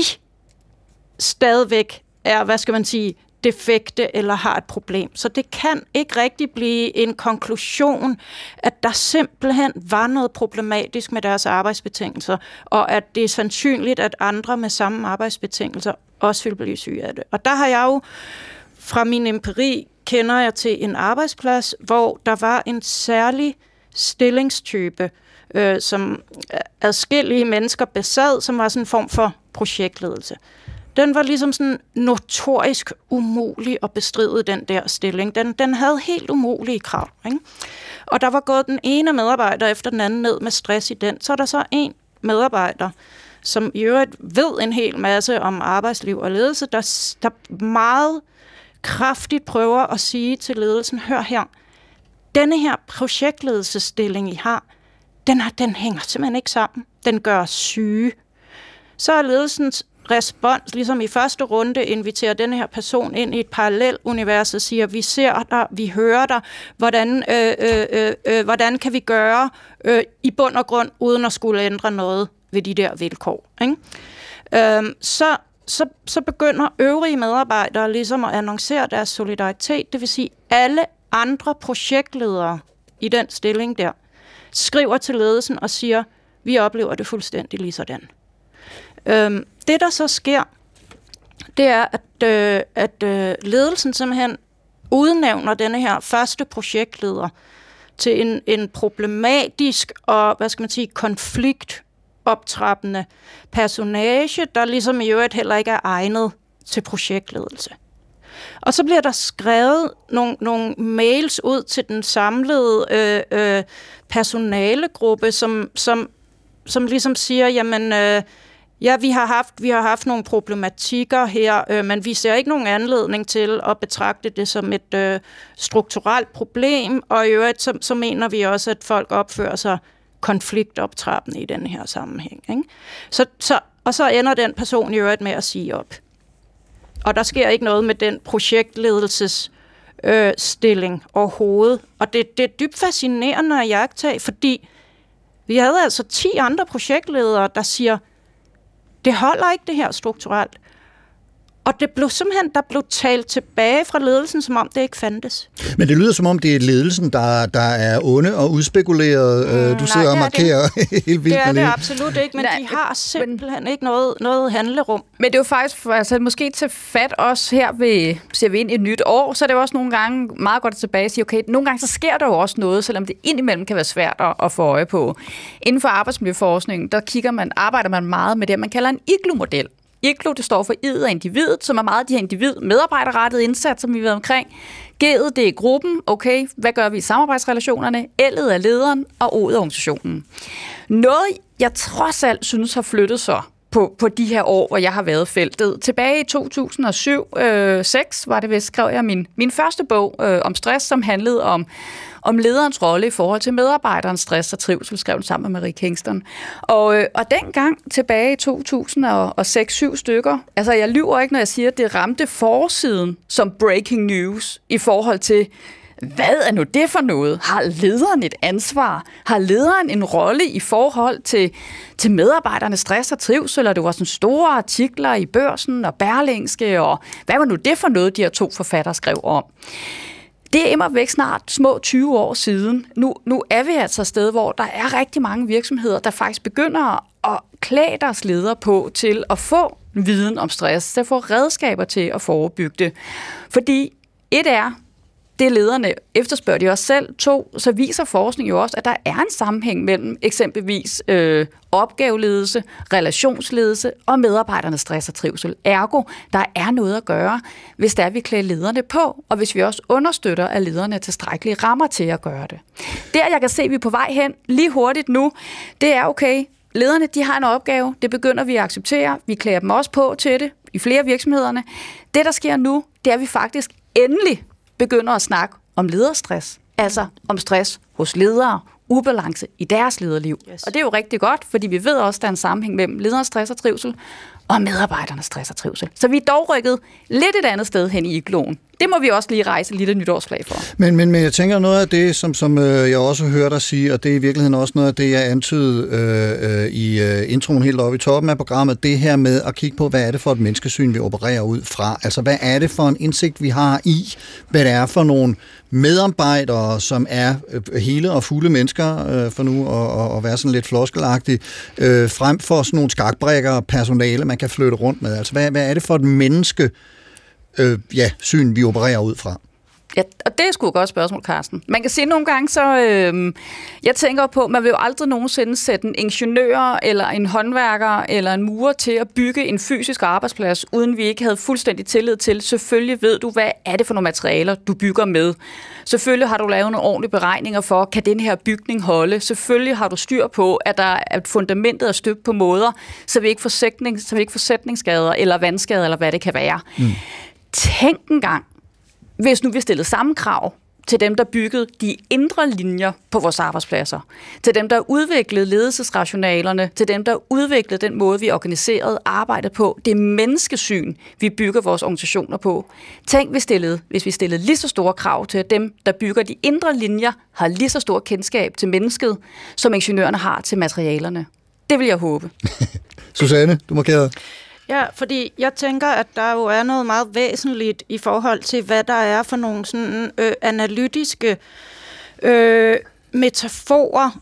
stadigvæk er, hvad skal man sige, defekte eller har et problem. Så det kan ikke rigtig blive en konklusion, at der simpelthen var noget problematisk med deres arbejdsbetingelser, og at det er sandsynligt, at andre med samme arbejdsbetingelser også vil blive syge af det. Og der har jeg jo, fra min empiri, kender jeg til en arbejdsplads, hvor der var en særlig stillingstype, øh, som adskillige mennesker besad, som var sådan en form for projektledelse. Den var ligesom sådan notorisk umulig at bestride, den der stilling. Den, den havde helt umulige krav, ikke? Og der var gået den ene medarbejder efter den anden ned med stress i den. Så er der så en medarbejder, som i øvrigt ved en hel masse om arbejdsliv og ledelse, der, der meget kraftigt prøver at sige til ledelsen, hør her, denne her projektledelsesstilling, I har, den, har, den hænger simpelthen ikke sammen. Den gør os syge. Så er ledelsens respons, ligesom i første runde, inviterer denne her person ind i et parallelt univers og siger, vi ser dig, vi hører dig, hvordan, øh, øh, øh, hvordan kan vi gøre øh, i bund og grund, uden at skulle ændre noget ved de der vilkår. Ikke? Øhm, så, så, så begynder øvrige medarbejdere ligesom at annoncere deres solidaritet, det vil sige, alle andre projektledere i den stilling der, skriver til ledelsen og siger, vi oplever det fuldstændig lige sådan. Øhm, det, der så sker, det er, at, øh, at øh, ledelsen simpelthen udnævner denne her første projektleder til en, en problematisk og, hvad skal man sige, konfliktoptrappende personage, der ligesom i øvrigt heller ikke er egnet til projektledelse. Og så bliver der skrevet nogle, nogle mails ud til den samlede øh, øh, personalegruppe, som, som, som ligesom siger, jamen, øh, ja, vi har haft, vi har haft nogle problematikker her, øh, men vi ser ikke nogen anledning til at betragte det som et øh, strukturelt problem, og i øvrigt så, så mener vi også, at folk opfører sig konfliktoptrappende i den her sammenhæng. Ikke? Så, så og så ender den person i øvrigt med at sige op. Og der sker ikke noget med den projektledelses øh, stilling overhovedet. Og det, det er dybt fascinerende at jagttage, fordi vi havde altså ti andre projektledere, der siger, det holder ikke det her strukturelt. Og det blev simpelthen, der blev talt tilbage fra ledelsen, som om det ikke fandtes. Men det lyder som om, det er ledelsen, der, der er onde og udspekuleret. Mm, du sidder nej, og markerer helt vildt. Det er det absolut ikke, men nej, de har simpelthen men, ikke noget, noget handlerum. Men det er jo faktisk, altså måske til fat også her ved, ser vi ind i et nyt år, så er det jo også nogle gange meget godt tilbage at sige, okay, nogle gange så sker der jo også noget, selvom det indimellem kan være svært at, at få øje på. Inden for arbejdsmiljøforskning, der kigger man, arbejder man meget med det, man kalder en I G L U-model. I G L U, det står for I'et af individet, som er meget de her individ-medarbejderrettede indsats, som vi har været omkring. G'et, det er gruppen. Okay, hvad gør vi i samarbejdsrelationerne? L'et er lederen, og O'et er organisationen. Noget, jeg trods alt synes har flyttet sig på, på de her år, hvor jeg har været feltet. Tilbage i to tusind og syv seks var det vist, skrev jeg min, min første bog øh, om stress, som handlede om om lederens rolle i forhold til medarbejderens stress og trivsel, skrev den sammen med Marie Kingston. Og, øh, og dengang, tilbage i to tusind og seks syv stykker, altså jeg lyver ikke, når jeg siger, at det ramte forsiden som breaking news i forhold til, hvad er nu det for noget? Har lederen et ansvar? Har lederen en rolle i forhold til, til medarbejdernes stress og trivsel? Og det var sådan store artikler i Børsen og Berlingske, og hvad var nu det for noget, de her to forfattere skrev om? Det er immervæk snart små tyve år siden. Nu, nu er vi altså et sted, hvor der er rigtig mange virksomheder, der faktisk begynder at klæde deres ledere på til at få viden om stress, til at få redskaber til at forebygge det. Fordi et er, det lederne efterspørger de også selv. To, så viser forskning jo også, at der er en sammenhæng mellem eksempelvis øh, opgaveledelse, relationsledelse og medarbejdernes stress og trivsel. Ergo, der er noget at gøre, hvis der er, vi klæder lederne på, og hvis vi også understøtter, at lederne er tilstrækkelige rammer til at gøre det. Der, jeg kan se, at vi er på vej hen lige hurtigt nu, det er okay. Lederne, de har en opgave, det begynder vi at acceptere. Vi klæder dem også på til det i flere virksomhederne. Det, der sker nu, det er, at vi faktisk endelig begynder at snakke om lederstress. Altså om stress hos ledere, ubalance i deres lederliv. Yes. Og det er jo rigtig godt, fordi vi ved også, at der er en sammenhæng mellem lederens stress og trivsel og medarbejdernes stress og trivsel. Så vi er dog rykket lidt et andet sted hen i I G L U'en. Det må vi også lige rejse lidt et nytårsflag for. Men, men, men jeg tænker noget af det, som, som øh, jeg også hører dig sige, og det er i virkeligheden også noget af det, jeg antydede øh, øh, i øh, introen helt oppe i toppen af programmet, det her med at kigge på, hvad er det for et menneskesyn, vi opererer ud fra? Altså, hvad er det for en indsigt, vi har i, hvad det er for nogle medarbejdere, som er øh, hele og fulde mennesker, øh, for nu at, at være sådan lidt floskelagtig, øh, frem for sådan nogle skakbrækker og personale, man kan flytte rundt med. Altså, hvad, hvad er det for et menneske, Øh, ja, syn, vi opererer ud fra? Ja, og det er sgu et godt spørgsmål, Carsten. Man kan sige nogle gange, så øh, jeg tænker på, man vil jo aldrig nogensinde sætte en ingeniør, eller en håndværker, eller en murer til at bygge en fysisk arbejdsplads, uden vi ikke havde fuldstændig tillid til. Selvfølgelig ved du, hvad er det for nogle materialer, du bygger med. Selvfølgelig har du lavet nogle ordentlige beregninger for, kan den her bygning holde. Selvfølgelig har du styr på, at der er fundamentet er støbt på måder, så vi ikke får sætning, så vi ikke får sætningsskader, eller vandskader, eller hvad det kan være. Mm. Tænk engang, hvis nu vi stillede samme krav til dem, der byggede de indre linjer på vores arbejdspladser, til dem, der udviklede ledelsesrationalerne, til dem, der udviklede den måde, vi organiserede arbejdet på, det menneskesyn, vi bygger vores organisationer på. Tænk, vi stillede, hvis vi stillede lige så store krav til, at dem, der bygger de indre linjer, har lige så stor kendskab til mennesket, som ingeniørerne har til materialerne. Det vil jeg håbe. Susanne, du markerede. Ja, fordi jeg tænker, at der jo er noget meget væsentligt i forhold til, hvad der er for nogle sådan, øh, analytiske øh, metaforer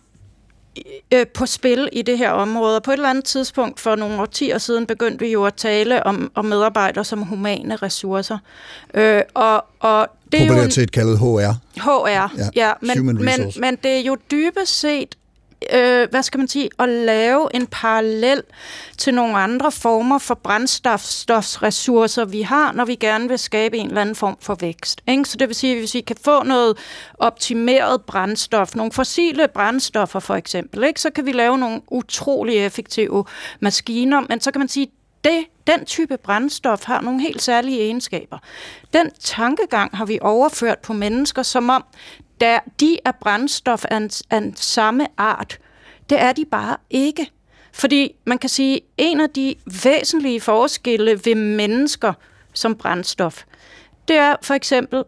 øh, på spil i det her område. Og på et eller andet tidspunkt for nogle årtier siden begyndte vi jo at tale om, om medarbejdere som humane ressourcer. Øh, og, og det er populært set kaldet H R. H R, ja, ja men, men, men det er jo dybest set Øh, hvad skal man sige, at lave en parallel til nogle andre former for brændstofsressourcer, vi har, når vi gerne vil skabe en eller anden form for vækst. Ikke? Så det vil sige, at hvis vi kan få noget optimeret brændstof, nogle fossile brændstoffer for eksempel, ikke? Så kan vi lave nogle utrolig effektive maskiner, men så kan man sige, det, den type brændstof har nogle helt særlige egenskaber. Den tankegang har vi overført på mennesker, som om der de er brændstof af en, af en samme art. Det er de bare ikke. Fordi man kan sige, en af de væsentlige forskelle ved mennesker som brændstof, det er for eksempel,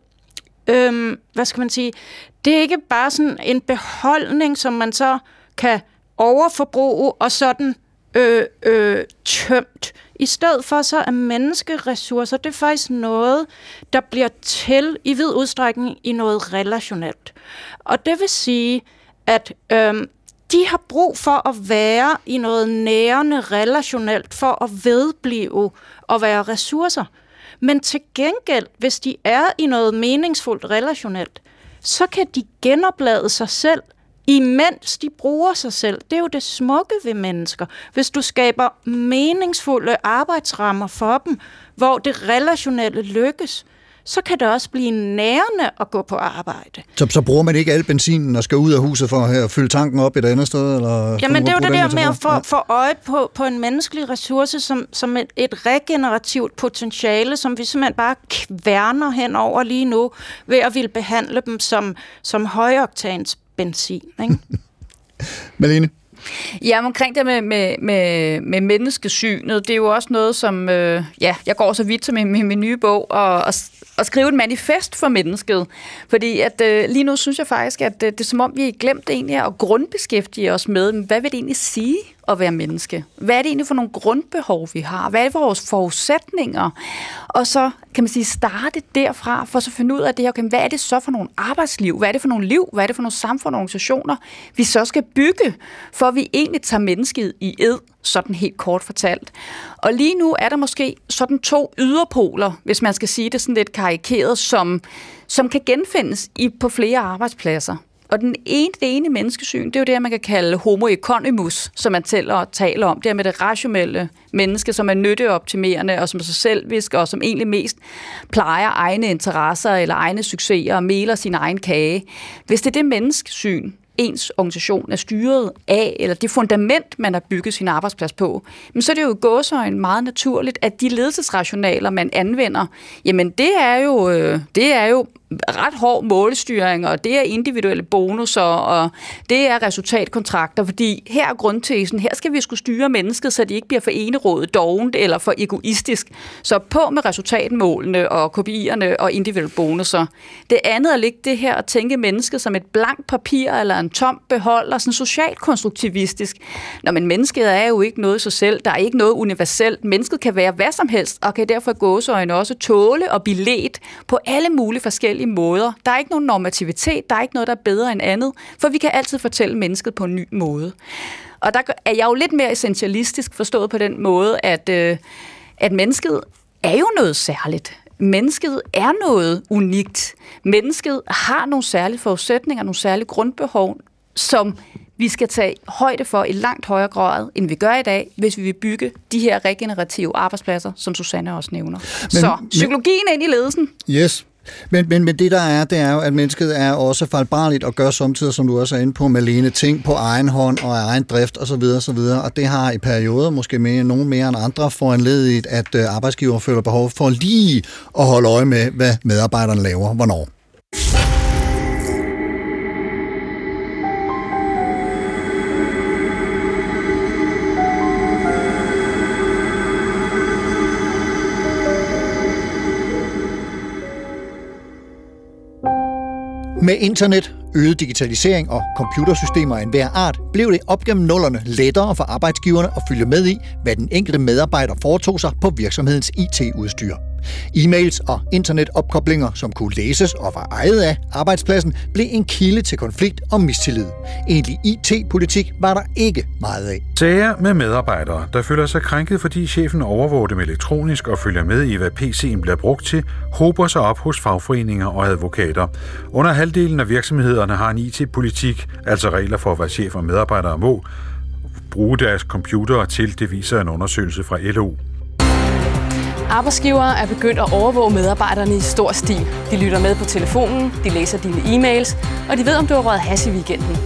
øhm, hvad skal man sige, det er ikke bare sådan en beholdning, som man så kan overforbruge og sådan øh, øh, tømt. I stedet for så er menneskeressourcer, det er faktisk noget, der bliver til i vid udstrækning i noget relationelt. Og det vil sige, at øhm, de har brug for at være i noget nærende relationelt for at vedblive og være ressourcer. Men til gengæld, hvis de er i noget meningsfuldt relationelt, så kan de genoplade sig selv, imens de bruger sig selv. Det er jo det smukke ved mennesker. Hvis du skaber meningsfulde arbejdsrammer for dem, hvor det relationelle lykkes, så kan det også blive nærende at gå på arbejde. Så, så bruger man ikke al benzinen og skal ud af huset for at fylde tanken op et andet sted? Eller Jamen det er jo det der med at få, få øje på, på en menneskelig ressource som, som et, et regenerativt potentiale, som vi simpelthen bare kværner henover lige nu, ved at ville behandle dem som, som højoktans benzin. Ikke? Malene? Ja, omkring det med, med, med, med menneskesynet, det er jo også noget, som, øh, ja, jeg går så vidt som i min, min nye bog, og, og, og skrive et manifest for mennesket. Fordi at øh, lige nu synes jeg faktisk, at øh, det er som om, vi har glemt egentlig at grundbeskæftige os med, hvad vil det egentlig sige at være menneske? Hvad er det egentlig for nogle grundbehov, vi har? Hvad er det for vores forudsætninger? Og så kan man sige, starte derfra, for så at finde ud af det her, okay, hvad er det så for nogle arbejdsliv? Hvad er det for nogle liv? Hvad er det for nogle samfund og organisationer, vi så skal bygge, for at vi egentlig tager mennesket i ed, sådan helt kort fortalt. Og lige nu er der måske sådan to yderpoler, hvis man skal sige det sådan lidt karikeret, som, som kan genfindes i, på flere arbejdspladser. Og den ene, det ene menneskesyn, det er jo det, man kan kalde homo economus, som man tæller, taler om. Det er med det rationelle menneske, som er nytteoptimerende og som sig selvvisk, og som egentlig mest plejer egne interesser eller egne succeser og meler sin egen kage. Hvis det er det menneskesyn, ens organisation er styret af, eller det fundament, man har bygget sin arbejdsplads på, men så er det jo i gåseøjne meget naturligt, at de ledelsesrationaler, man anvender, jamen det er jo, det er jo ret hård målstyring, og det er individuelle bonusser, og det er resultatkontrakter, fordi her er grundtesen, her skal vi skulle styre mennesket, så de ikke bliver for enerådet, dovent eller for egoistisk. Så på med resultatmålene og kopierne og individuelle bonusser. Det andet er ikke det her at tænke mennesket som et blankt papir eller en tom beholder, sådan socialt konstruktivistisk. Nå, men mennesket er jo ikke noget i sig selv, der er ikke noget universelt. Mennesket kan være hvad som helst, og kan derfor i gåseøjne også tåle og blive ledt på alle mulige forskellige måder. Der er ikke nogen normativitet, der er ikke noget, der er bedre end andet, for vi kan altid fortælle mennesket på en ny måde. Og der er jeg jo lidt mere essentialistisk forstået på den måde, at, øh, at mennesket er jo noget særligt. Mennesket er noget unikt. Mennesket har nogle særlige forudsætninger, nogle særlige grundbehov, som vi skal tage højde for i langt højere grad, end vi gør i dag, hvis vi vil bygge de her regenerative arbejdspladser, som Susanne også nævner. Men, Så psykologien men, ind i ledelsen. Yes. Men, men, men det der er, det er jo, at mennesket er også fejlbarligt og gør samtidig, som du også er inde på, Malene, ting på egen hånd og egen drift osv. osv. Og det har i perioder, måske mere, nogen mere end andre, foranlediget, at arbejdsgiver føler behov for lige at holde øje med, hvad medarbejderne laver, hvornår. Med internet, øget digitalisering og computersystemer af enhver art, blev det op gennem nullerne lettere for arbejdsgiverne at følge med i, hvad den enkelte medarbejder foretog sig på virksomhedens I T-udstyr. E-mails og internetopkoblinger, som kunne læses og var ejet af arbejdspladsen, blev en kilde til konflikt og mistillid. Egentlig I T-politik var der ikke meget af. Sager med medarbejdere, der føler sig krænket, fordi chefen overvåger dem elektronisk og følger med i, hvad P C'en bliver brugt til, hober sig op hos fagforeninger og advokater. Under halvdelen af virksomhederne har en I T-politik, altså regler for, hvad chef og medarbejdere må bruge deres computere til, det viser en undersøgelse fra L O. Arbejdsgivere er begyndt at overvåge medarbejderne i stor stil. De lytter med på telefonen, de læser dine e-mails, og de ved, om du har røget hash i weekenden.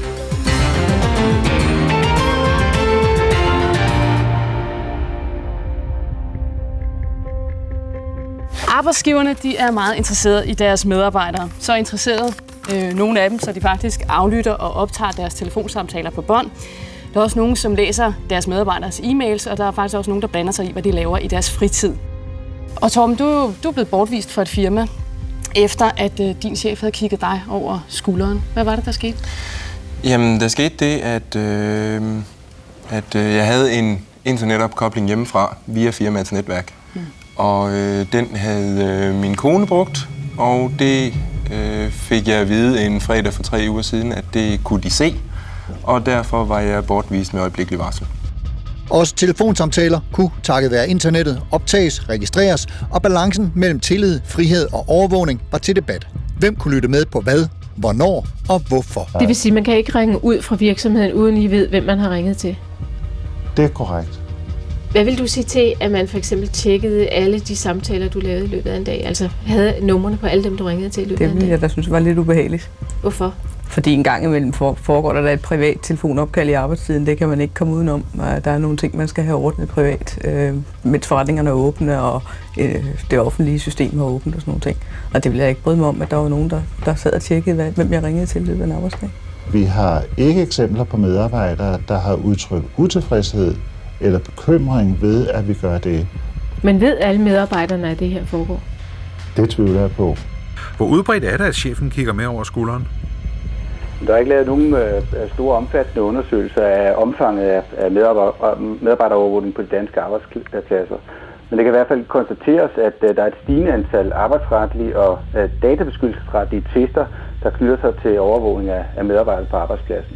Arbejdsgiverne de er meget interesserede i deres medarbejdere. Så interesserede øh, nogle af dem, så de faktisk aflytter og optager deres telefonsamtaler på bånd. Der er også nogen, som læser deres medarbejderes e-mails, og der er faktisk også nogen, der blander sig i, hvad de laver i deres fritid. Og Torben, du, du er blevet bortvist for et firma, efter at øh, din chef havde kigget dig over skulderen. Hvad var det, der skete? Jamen, der skete det, at, øh, at øh, jeg havde en internetopkobling hjemmefra via firmaets netværk. Hmm. Og øh, den havde øh, min kone brugt, og det øh, fik jeg at vide en fredag for tre uger siden, at det kunne de se. Og derfor var jeg bortvist med øjeblikkelig varsel. Også telefonsamtaler kunne, takket være internettet, optages, registreres, og balancen mellem tillid, frihed og overvågning var til debat. Hvem kunne lytte med på hvad, hvornår og hvorfor? Det vil sige, at man kan ikke ringe ud fra virksomheden, uden I ved, hvem man har ringet til. Det er korrekt. Hvad vil du sige til, at man for eksempel tjekkede alle de samtaler, du lavede i løbet af en dag? Altså havde numrene på alle dem, du ringede til i løbet af en dag? Det ville jeg da synes var lidt ubehageligt. Hvorfor? Fordi en gang imellem foregår der, der et privat telefonopkald i arbejdstiden. Det kan man ikke komme udenom. Der er nogle ting, man skal have ordnet privat, øh, mens forretningerne er åbne, og øh, det offentlige system er åbent og sådan nogle ting. Og det ville jeg ikke bryde mig om, at der var nogen, der, der sad og tjekkede, hvad, hvem jeg ringede til i løbet af en arbejdsdag. Vi har ikke eksempler på medarbejdere, der har udtrykt utilfredshed eller bekymring ved, at vi gør det. Men ved alle medarbejderne, at det her foregår? Det tvivler jeg på. Hvor udbredt er det, at chefen kigger med over skulderen? Der er ikke lavet nogen øh, store omfattende undersøgelser af omfanget af, af medarbejder, medarbejderovervågning på de danske arbejdspladser. Men det kan i hvert fald konstateres, at øh, der er et stigende antal arbejdsretlige og øh, databeskyttelsesretlige tvister, der knytter sig til overvågning af, af medarbejdere på arbejdspladsen.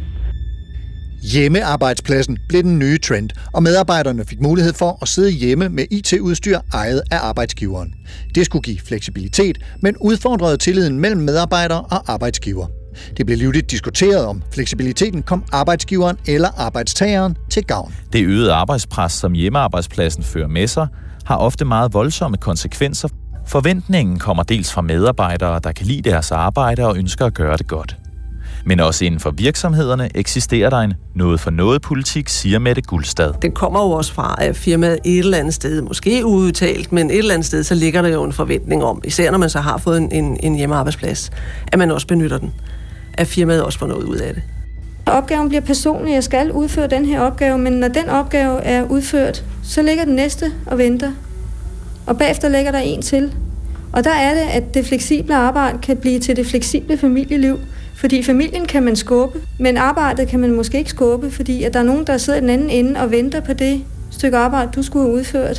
Hjemmearbejdspladsen blev den nye trend, og medarbejderne fik mulighed for at sidde hjemme med I T-udstyr ejet af arbejdsgiveren. Det skulle give fleksibilitet, men udfordrede tilliden mellem medarbejdere og arbejdsgiver. Det blev livligt diskuteret, om fleksibiliteten kom arbejdsgiveren eller arbejdstageren til gavn. Det øgede arbejdspres, som hjemmearbejdspladsen fører med sig, har ofte meget voldsomme konsekvenser. Forventningen kommer dels fra medarbejdere, der kan lide deres arbejde og ønsker at gøre det godt. Men også inden for virksomhederne eksisterer der en noget-for-noget-politik, siger Mette Guldstad. Det kommer jo også fra, at firmaet et eller andet sted, måske udtalt, men et eller andet sted, så ligger der jo en forventning om, især når man så har fået en, en, en hjemmearbejdsplads, at man også benytter den. At firmaet også får noget ud af det. Opgaven bliver personlig. Jeg skal udføre den her opgave, men når den opgave er udført, så ligger den næste og venter. Og bagefter ligger der en til. Og der er det, at det fleksible arbejde kan blive til det fleksible familieliv. Fordi familien kan man skubbe, men arbejdet kan man måske ikke skubbe, fordi at der er nogen, der sidder i den anden ende og venter på det stykke arbejde, du skulle have udført.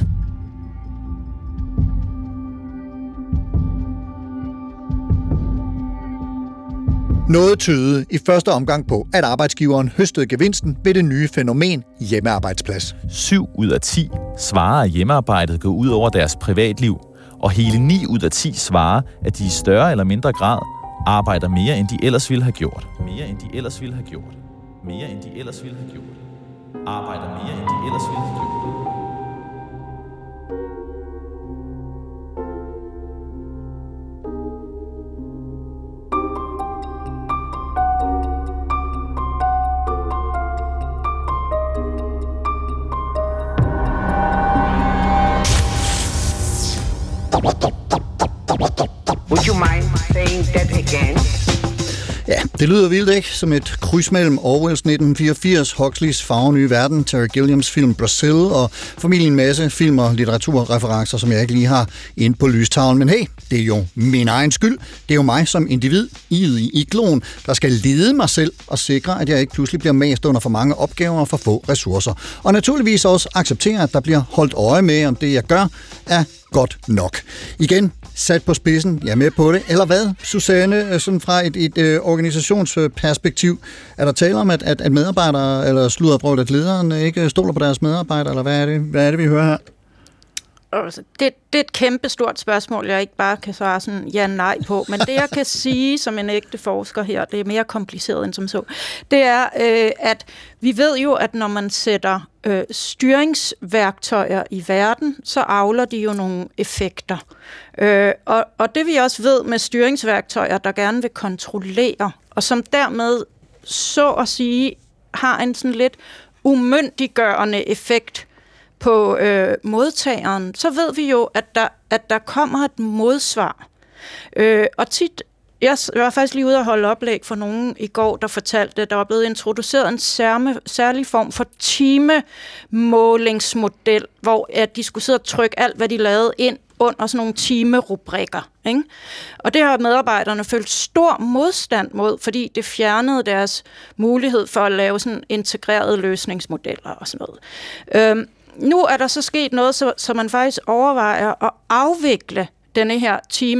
Noget tydede i første omgang på, at arbejdsgiveren høstede gevinsten ved det nye fænomen hjemmearbejdsplads. Syv ud af ti svarer, at hjemmearbejdet går ud over deres privatliv, og hele ni ud af ti svarer, at de i større eller mindre grad arbejder mere, end de ellers ville have gjort. Mere, end de ellers ville have gjort. Mere, end de ellers ville have gjort. Arbejder mere, end de ellers ville have gjort. Would you mind saying that again? Ja, det lyder vildt, ikke? Som et kryds mellem Orwells nitten fireogfirs, Huxleys Farver nye verden, Terry Gilliams film Brazil og formentlig en masse film- og litteraturreferencer, som jeg ikke lige har inde på lystavlen. Men hey, det er jo min egen skyld. Det er jo mig som individ, i igloen, der skal lede mig selv og sikre, at jeg ikke pludselig bliver mast under for mange opgaver og for få ressourcer. Og naturligvis også acceptere, at der bliver holdt øje med, om det, jeg gør, er godt nok. Igen, sat på spidsen, jeg er med på det. Eller hvad, Susanne, sådan fra et, et, et organisationsperspektiv, er der tale om, at, at, at medarbejdere, eller sludderbrød, at lederen ikke stoler på deres medarbejdere, eller hvad er det, hvad er det vi hører her? Altså, det, det er et kæmpe stort spørgsmål, jeg ikke bare kan svare sådan ja-nej på, men det jeg kan sige som en ægte forsker her, det er mere kompliceret end som så, det er, øh, at vi ved jo, at når man sætter øh, styringsværktøjer i verden, så avler de jo nogle effekter. Øh, og, og det vi også ved med styringsværktøjer, der gerne vil kontrollere, og som dermed så at sige har en sådan lidt umyndiggørende effekt på øh, modtageren, så ved vi jo, at der, at der kommer et modsvar. Øh, og tit jeg var faktisk lige ude og holde oplæg for nogen i går, der fortalte, at der var blevet introduceret en særme, særlig form for timemålingsmodel, hvor at de skulle sidde og trykke alt, hvad de lavede ind under sådan nogle timerubrikker. Ikke? Og det har medarbejderne følt stor modstand mod, fordi det fjernede deres mulighed for at lave sådan integrerede løsningsmodeller og sådan noget. Øhm, nu er der så sket noget, så, så man faktisk overvejer at afvikle denne her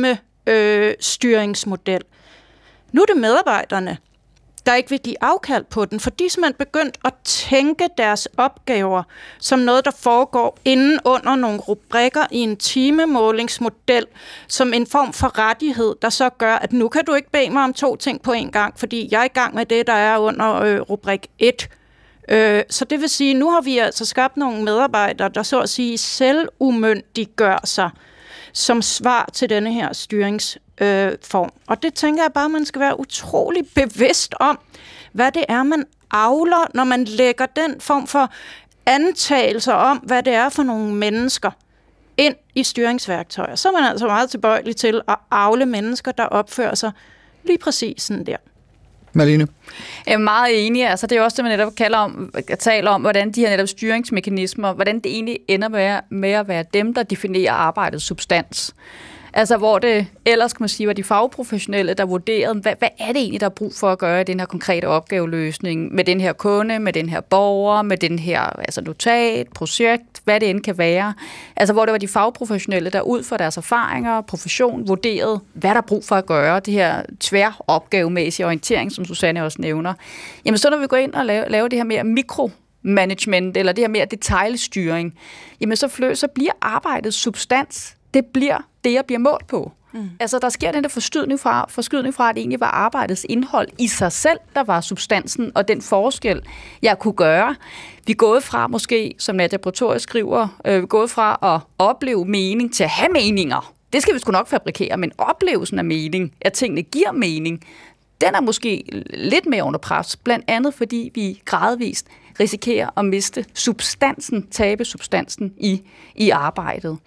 timestyringsmodel. Øh, nu er det medarbejderne, der ikke vil give afkald på den, for de er simpelthen begyndt at tænke deres opgaver som noget, der foregår inden under nogle rubrikker i en timemålingsmodel, som en form for rettighed, der så gør, at nu kan du ikke bede mig om to ting på en gang, fordi jeg er i gang med det, der er under øh, rubrik et. Øh, så det vil sige, nu har vi altså skabt nogle medarbejdere, der så at sige selvumyndiggør sig som svar til denne her styringsform. Øh, og det tænker jeg bare, man skal være utrolig bevidst om, hvad det er, man avler, når man lægger den form for antagelser om, hvad det er for nogle mennesker ind i styringsværktøjer. Så er man altså meget tilbøjelig til at avle mennesker, der opfører sig lige præcis sådan der. Malene? Jeg er meget enig. Altså, det er også det, man netop kalder om, at tale om, hvordan de her netop styringsmekanismer, hvordan det egentlig ender med, med at være dem, der definerer arbejdets substans. Altså, hvor det ellers, kan man sige, var de fagprofessionelle, der vurderede, hvad, hvad er det egentlig, der er brug for at gøre i den her konkrete opgaveløsning med den her kunde, med den her borger, med den her altså notat, projekt, hvad det end kan være. Altså, hvor det var de fagprofessionelle, der ud fra deres erfaringer og profession vurderede, hvad der er brug for at gøre, det her tværopgavemæssige orientering, som Susanne også nævner. Jamen, så når vi går ind og laver, laver det her mere mikromanagement, eller det her mere detailstyring, jamen, så, flø, så bliver arbejdets substans, det bliver det, jeg bliver målt på. Mm. Altså, der sker den der forskydning fra, forskydning fra, at det egentlig var arbejdets indhold i sig selv, der var substansen, og den forskel, jeg kunne gøre. Vi er gået fra, måske, som Nadia Pretorius skriver, øh, vi er gået fra at opleve mening til at have meninger. Det skal vi sgu nok fabrikere, men oplevelsen af mening, at tingene giver mening, den er måske lidt mere under pres, blandt andet fordi vi gradvist risikerer at miste substansen, tabe substansen i, i arbejdet.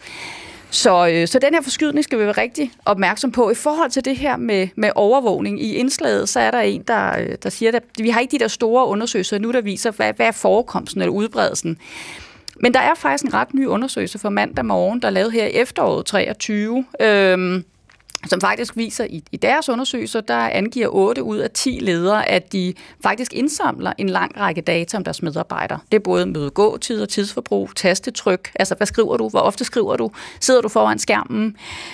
Så, øh, så den her forskydning skal vi være rigtig opmærksom på. I forhold til det her med, med overvågning i indslaget, så er der en, der, der siger, at vi har ikke de der store undersøgelser nu, der viser, hvad, hvad er forekomsten eller udbredelsen. Men der er faktisk en ret ny undersøgelse fra mandag morgen, der er lavet her i efteråret treogtyve, øh, som faktisk viser, i, i deres undersøgelser, der angiver otte ud af ti ledere, at de faktisk indsamler en lang række data om deres medarbejdere. Det er både møde-gå-tid og tidsforbrug, tastetryk, altså hvad skriver du, hvor ofte skriver du, sidder du foran skærmen.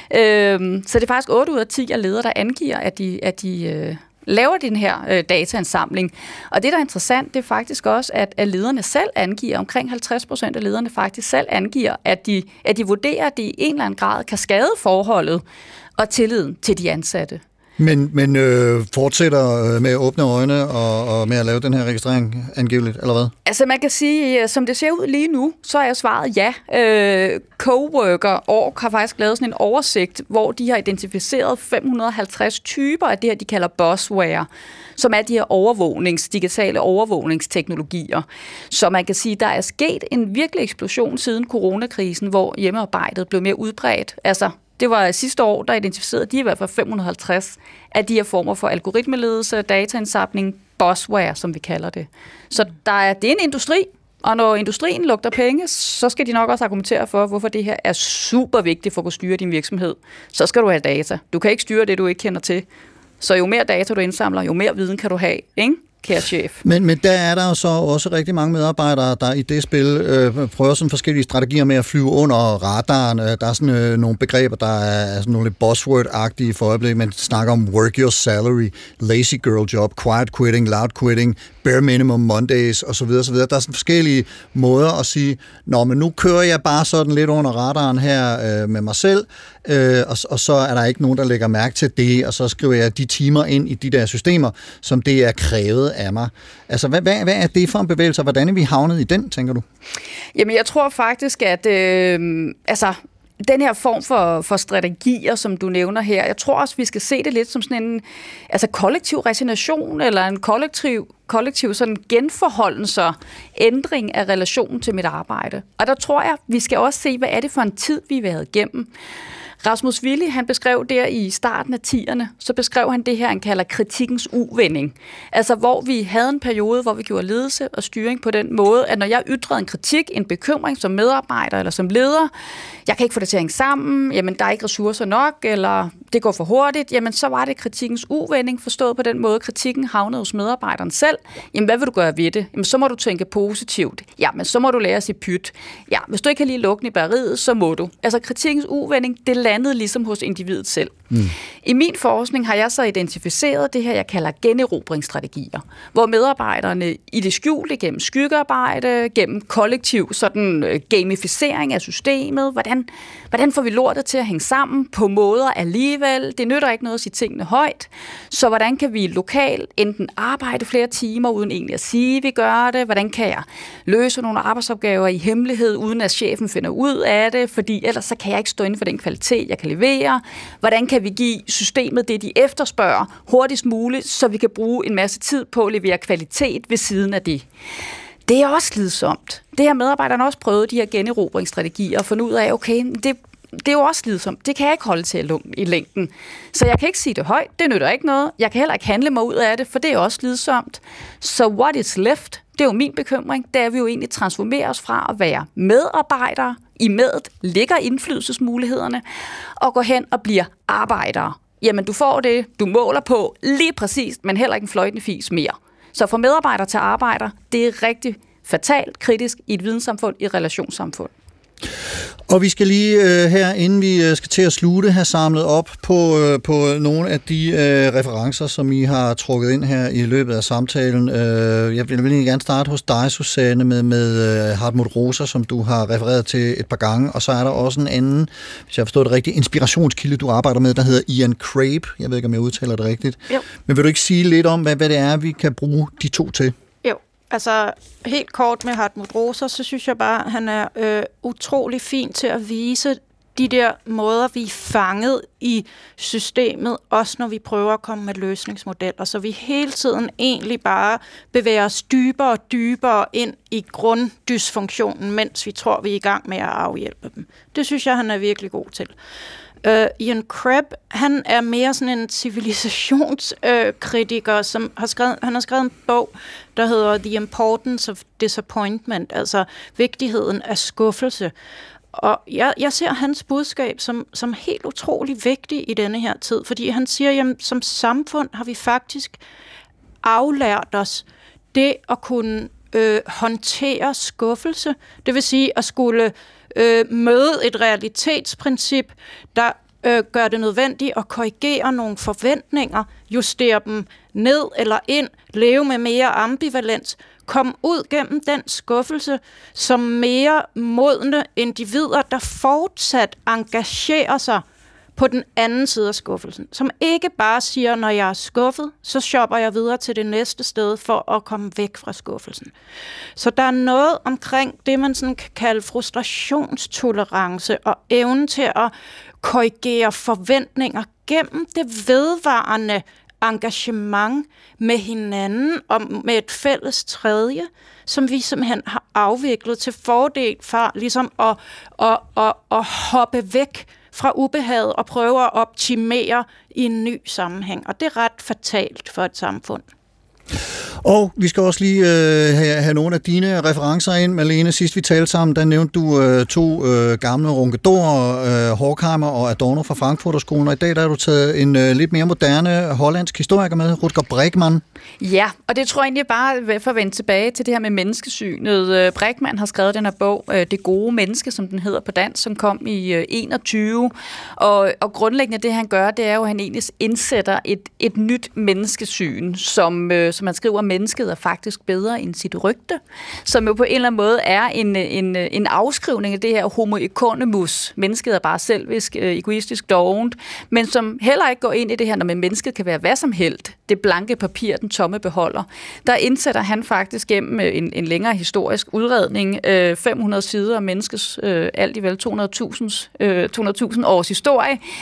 Øhm, så det er faktisk otte ud af ti af ledere, der angiver, at de, at de øh, laver den her øh, dataindsamling. Og det, der er interessant, det er faktisk også, at, at lederne selv angiver, omkring halvtreds procent af lederne faktisk selv angiver, at de, at de vurderer, at det i en eller anden grad kan skade forholdet og tilliden til de ansatte. Men, men øh, fortsætter med at åbne øjne og, og med at lave den her registrering angiveligt, eller hvad? Altså man kan sige, som det ser ud lige nu, så er jeg svaret ja. Øh, Coworker Org har faktisk lavet sådan en oversigt, hvor de har identificeret fem hundrede og halvtreds typer af det her, de kalder buzzware, som er de her overvågnings, digitale overvågningsteknologier. Så man kan sige, der er sket en virkelig eksplosion siden coronakrisen, hvor hjemmearbejdet blev mere udbredt. Altså det var sidste år, der identificerede de i hvert fald fem hundrede og halvtreds af de her former for algoritmeledelse, dataindsamling, buzzware, som vi kalder det. Så der er, det er en industri, og når industrien lugter penge, så skal de nok også argumentere for, hvorfor det her er super vigtigt for at kunne styre din virksomhed. Så skal du have data. Du kan ikke styre det, du ikke kender til. Så jo mere data du indsamler, jo mere viden kan du have, ikke? Kære chef. Men, men der er der så også rigtig mange medarbejdere, der i det spil øh, prøver sådan forskellige strategier med at flyve under radaren. Der er sådan øh, nogle begreber, der er sådan nogle lidt buzzword-agtige for øjeblikket. Man snakker om work your salary, lazy girl job, quiet quitting, loud quitting, bare minimum Mondays osv. osv. Der er sådan forskellige måder at sige, nå, men nu kører jeg bare sådan lidt under radaren her øh, med mig selv, øh, og, og så er der ikke nogen, der lægger mærke til det, og så skriver jeg de timer ind i de der systemer, som det er krævet af mig. Altså, hvad, hvad, hvad er det for en bevægelse, og hvordan er vi havnet i den, tænker du? Jamen, jeg tror faktisk, at øh, altså, den her form for, for strategier, som du nævner her, jeg tror også, vi skal se det lidt som sådan en altså, kollektiv resignation, eller en kollektiv kollektiv sådan genforholdenser, ændring af relationen til mit arbejde. Og der tror jeg, vi skal også se, hvad er det for en tid, vi har været igennem. Rasmus Willi, han beskrev der i starten af tierne, så beskrev han det her, han kalder kritikkens uvending. Altså, hvor vi havde en periode, hvor vi gjorde ledelse og styring på den måde, at når jeg ytrede en kritik, en bekymring som medarbejder eller som leder, jeg kan ikke få det til at hænge sammen, jamen der er ikke ressourcer nok, eller det går for hurtigt, jamen så var det kritikkens uvending, forstået på den måde, kritikken havnede hos medarbejderen selv. Jamen, hvad vil du gøre ved det? Jamen, så må du tænke positivt. Jamen, så må du lære at sige pyt. Ja, hvis du ikke kan lide lugten i bageriet, så må du. Altså, kritikkens uvending, det landede ligesom hos individet selv. Mm. I min forskning har jeg så identificeret det her, jeg kalder generobringsstrategier, hvor medarbejderne i det skjulte gennem skyggearbejde, gennem kollektiv sådan gamificering af systemet, hvordan, hvordan får vi lortet til at hænge sammen på måder alligevel, det nytter ikke noget at sige tingene højt, så hvordan kan vi lokalt enten arbejde flere timer, uden egentlig at sige, at vi gør det, hvordan kan jeg løse nogle arbejdsopgaver i hemmelighed, uden at chefen finder ud af det, fordi ellers så kan jeg ikke stå inden for den kvalitet, jeg kan levere, hvordan kan vi give systemet det, de efterspørger, hurtigst muligt, så vi kan bruge en masse tid på at levere kvalitet ved siden af det. Det er også slidsomt. Det har medarbejderne også prøvet, de her generobringsstrategier, og fundet ud af, okay, det, det er jo også slidsomt. Det kan jeg ikke holde til i længden. Så jeg kan ikke sige det højt, det nytter ikke noget. Jeg kan heller ikke handle mig ud af det, for det er også slidsomt. Så what is left? Det er jo min bekymring, det er, at vi jo egentlig transformerer os fra at være medarbejdere. I medet ligger indflydelsesmulighederne, og går hen og bliver arbejdere. Jamen, du får det, du måler på lige præcis, men heller ikke en fløjtende fis mere. Så fra medarbejder til arbejder, det er rigtig fatalt kritisk i et videnssamfund, i et relationssamfund. Og vi skal lige øh, her, inden vi skal til at slutte, have samlet op på, øh, på nogle af de øh, referencer, som I har trukket ind her i løbet af samtalen. Øh, jeg vil egentlig gerne starte hos dig, Susanne, med, med øh, Hartmut Rosa, som du har refereret til et par gange, og så er der også en anden, hvis jeg har forstået det rigtigt, inspirationskilde, du arbejder med, der hedder Ian Crabe. Jeg ved ikke, om jeg udtaler det rigtigt. Jo. Men vil du ikke sige lidt om, hvad, hvad det er, vi kan bruge de to til? Jo. Altså, helt kort med Hartmut Rosa, så synes jeg bare, at han er øh, utrolig fin til at vise de der måder, vi er fanget i systemet, også når vi prøver at komme med løsningsmodeller. Så vi hele tiden egentlig bare bevæger os dybere og dybere ind i grunddysfunktionen, mens vi tror, vi er i gang med at afhjælpe dem. Det synes jeg, han er virkelig god til. Uh, Ian Crabe, han er mere sådan en civilisationskritiker, uh, som har skrevet, han har skrevet en bog, der hedder The Importance of Disappointment, altså vigtigheden af skuffelse. Og jeg, jeg ser hans budskab som, som helt utrolig vigtig i denne her tid, fordi han siger, jamen som samfund har vi faktisk aflært os det at kunne øh, håndtere skuffelse, det vil sige at skulle Øh, møde et realitetsprincip, der øh, gør det nødvendigt at korrigere nogle forventninger, justere dem ned eller ind, leve med mere ambivalens, komme ud gennem den skuffelse som mere modne individer, der fortsat engagerer sig på den anden side af skuffelsen, som ikke bare siger, når jeg er skuffet, så shopper jeg videre til det næste sted for at komme væk fra skuffelsen. Så der er noget omkring det, man sådan kan kalde frustrationstolerance og evnen til at korrigere forventninger gennem det vedvarende engagement med hinanden og med et fælles tredje, som vi simpelthen har afviklet til fordel for ligesom at, at, at, at hoppe væk fra ubehaget og prøve at optimere i en ny sammenhæng. Og det er ret fatalt for et samfund. Og vi skal også lige øh, have, have nogle af dine referencer ind. Malene, sidst vi talte sammen, der nævnte du øh, to øh, gamle Ronkedor, øh, Horkheimer og Adorno fra Frankfurterskolen, og i dag der har du taget en øh, lidt mere moderne hollandsk historiker med, Rutger Bregman. Ja, og det tror jeg egentlig bare for at vende tilbage til det her med menneskesynet. Bregman har skrevet den her bog, Det gode menneske, som den hedder på dansk, som kom i enogtyve, og, og grundlæggende det han gør, det er jo, at han egentlig indsætter et, et nyt menneskesyn, som, som han skriver, mennesket er faktisk bedre end sit rygte, som jo på en eller anden måde er en, en, en afskrivning af det her homo economus. Mennesket er bare selvisk, egoistisk, dovent, men som heller ikke går ind i det her, når man mennesket kan være hvad som helst. Det blanke papir, den tomme beholder. Der indsætter han faktisk gennem en, en længere historisk udredning, øh, fem hundrede sider af menneskets, øh, alt i vel to hundrede tusind øh, års historie,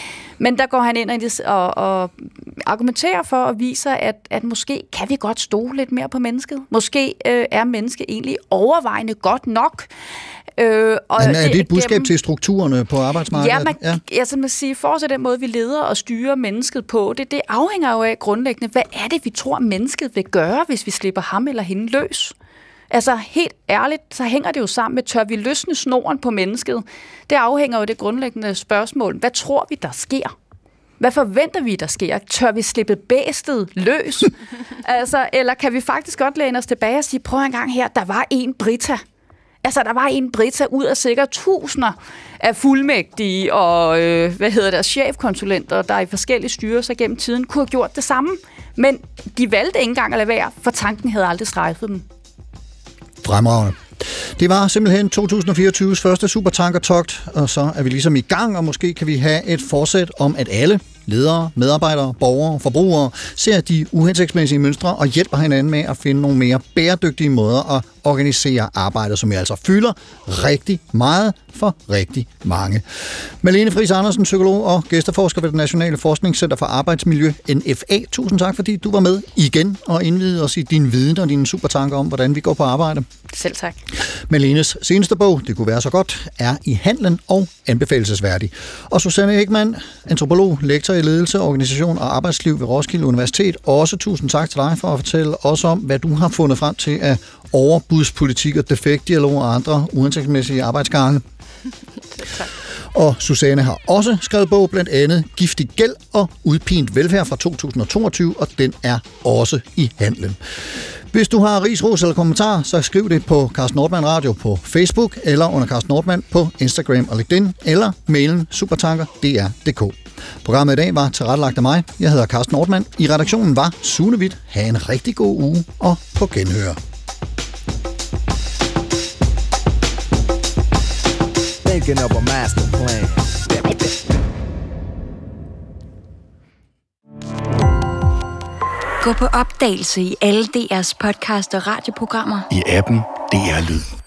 Men der går han ind og, og argumenterer for at vise, at, at måske kan vi godt stole lidt mere på mennesket. Måske øh, er mennesket egentlig overvejende godt nok. Øh, og Men er det et budskab gennem, til strukturerne på arbejdsmarkedet? Ja, man, ja. Altså, man siger, for os den måde, vi leder og styrer mennesket på, det, det afhænger jo af grundlæggende, hvad er det, vi tror, mennesket vil gøre, hvis vi slipper ham eller hende løs? Altså, helt ærligt, så hænger det jo sammen med, tør vi løsne snoren på mennesket? Det afhænger jo af det grundlæggende spørgsmål. Hvad tror vi, der sker? Hvad forventer vi, der sker? Tør vi slippe bæstet løs? altså, eller kan vi faktisk godt læne os tilbage og sige, prøv en gang her, der var en Brita. Altså, der var en Brita ud af sikkert tusinder af fuldmægtige og, øh, hvad hedder det, chefkonsulenter, der i forskellige styrelser gennem tiden kunne have gjort det samme. Men de valgte ikke engang at lade være, for tanken havde aldrig strejfet dem. Fremragende. Det var simpelthen to tusind og fireogtyves første supertankertogt, og så er vi ligesom i gang, og måske kan vi have et forsæt om, at alle ledere, medarbejdere, borgere, forbrugere ser de uhensigtsmæssige mønstre og hjælper hinanden med at finde nogle mere bæredygtige måder at organisere arbejdet, som jeg altså fylder rigtig meget for rigtig mange. Malene Friis Andersen, psykolog og gæsteforsker ved det Nationale Forskningscenter for Arbejdsmiljø, N F A. Tusind tak, fordi du var med igen og indvidede os i din viden og dine supertanker om, hvordan vi går på arbejde. Selv tak. Malenes seneste bog, Det kunne være så godt, er i handlen og anbefalelsesværdig. Og Susanne Ekman, antropolog, lektor i ledelse, organisation og arbejdsliv ved Roskilde Universitet. Også tusind tak til dig for at fortælle os om, hvad du har fundet frem til af overbudspolitik og defektdialog og andre uhensigtsmæssige arbejdsgange. Og Susanne har også skrevet bog, blandt andet Giftig gæld og Udpint velfærd fra to tusind og toogtyve, og den er også i handlen. Hvis du har ris, ros eller kommentar, så skriv det på Carsten Nordmann Radio på Facebook, eller under Carsten Nordmann på Instagram og LinkedIn, eller mailen supertanker punktum d r punktum d k. Programmet i dag var tilrettelagt af mig. Jeg hedder Carsten Nordmann. I redaktionen var Sune Hvidt. Ha' en rigtig god uge, og på genhør. Thinking of a master plan. Gå på opdagelse i alle D R's podcast og radioprogrammer. I appen D R Lyd.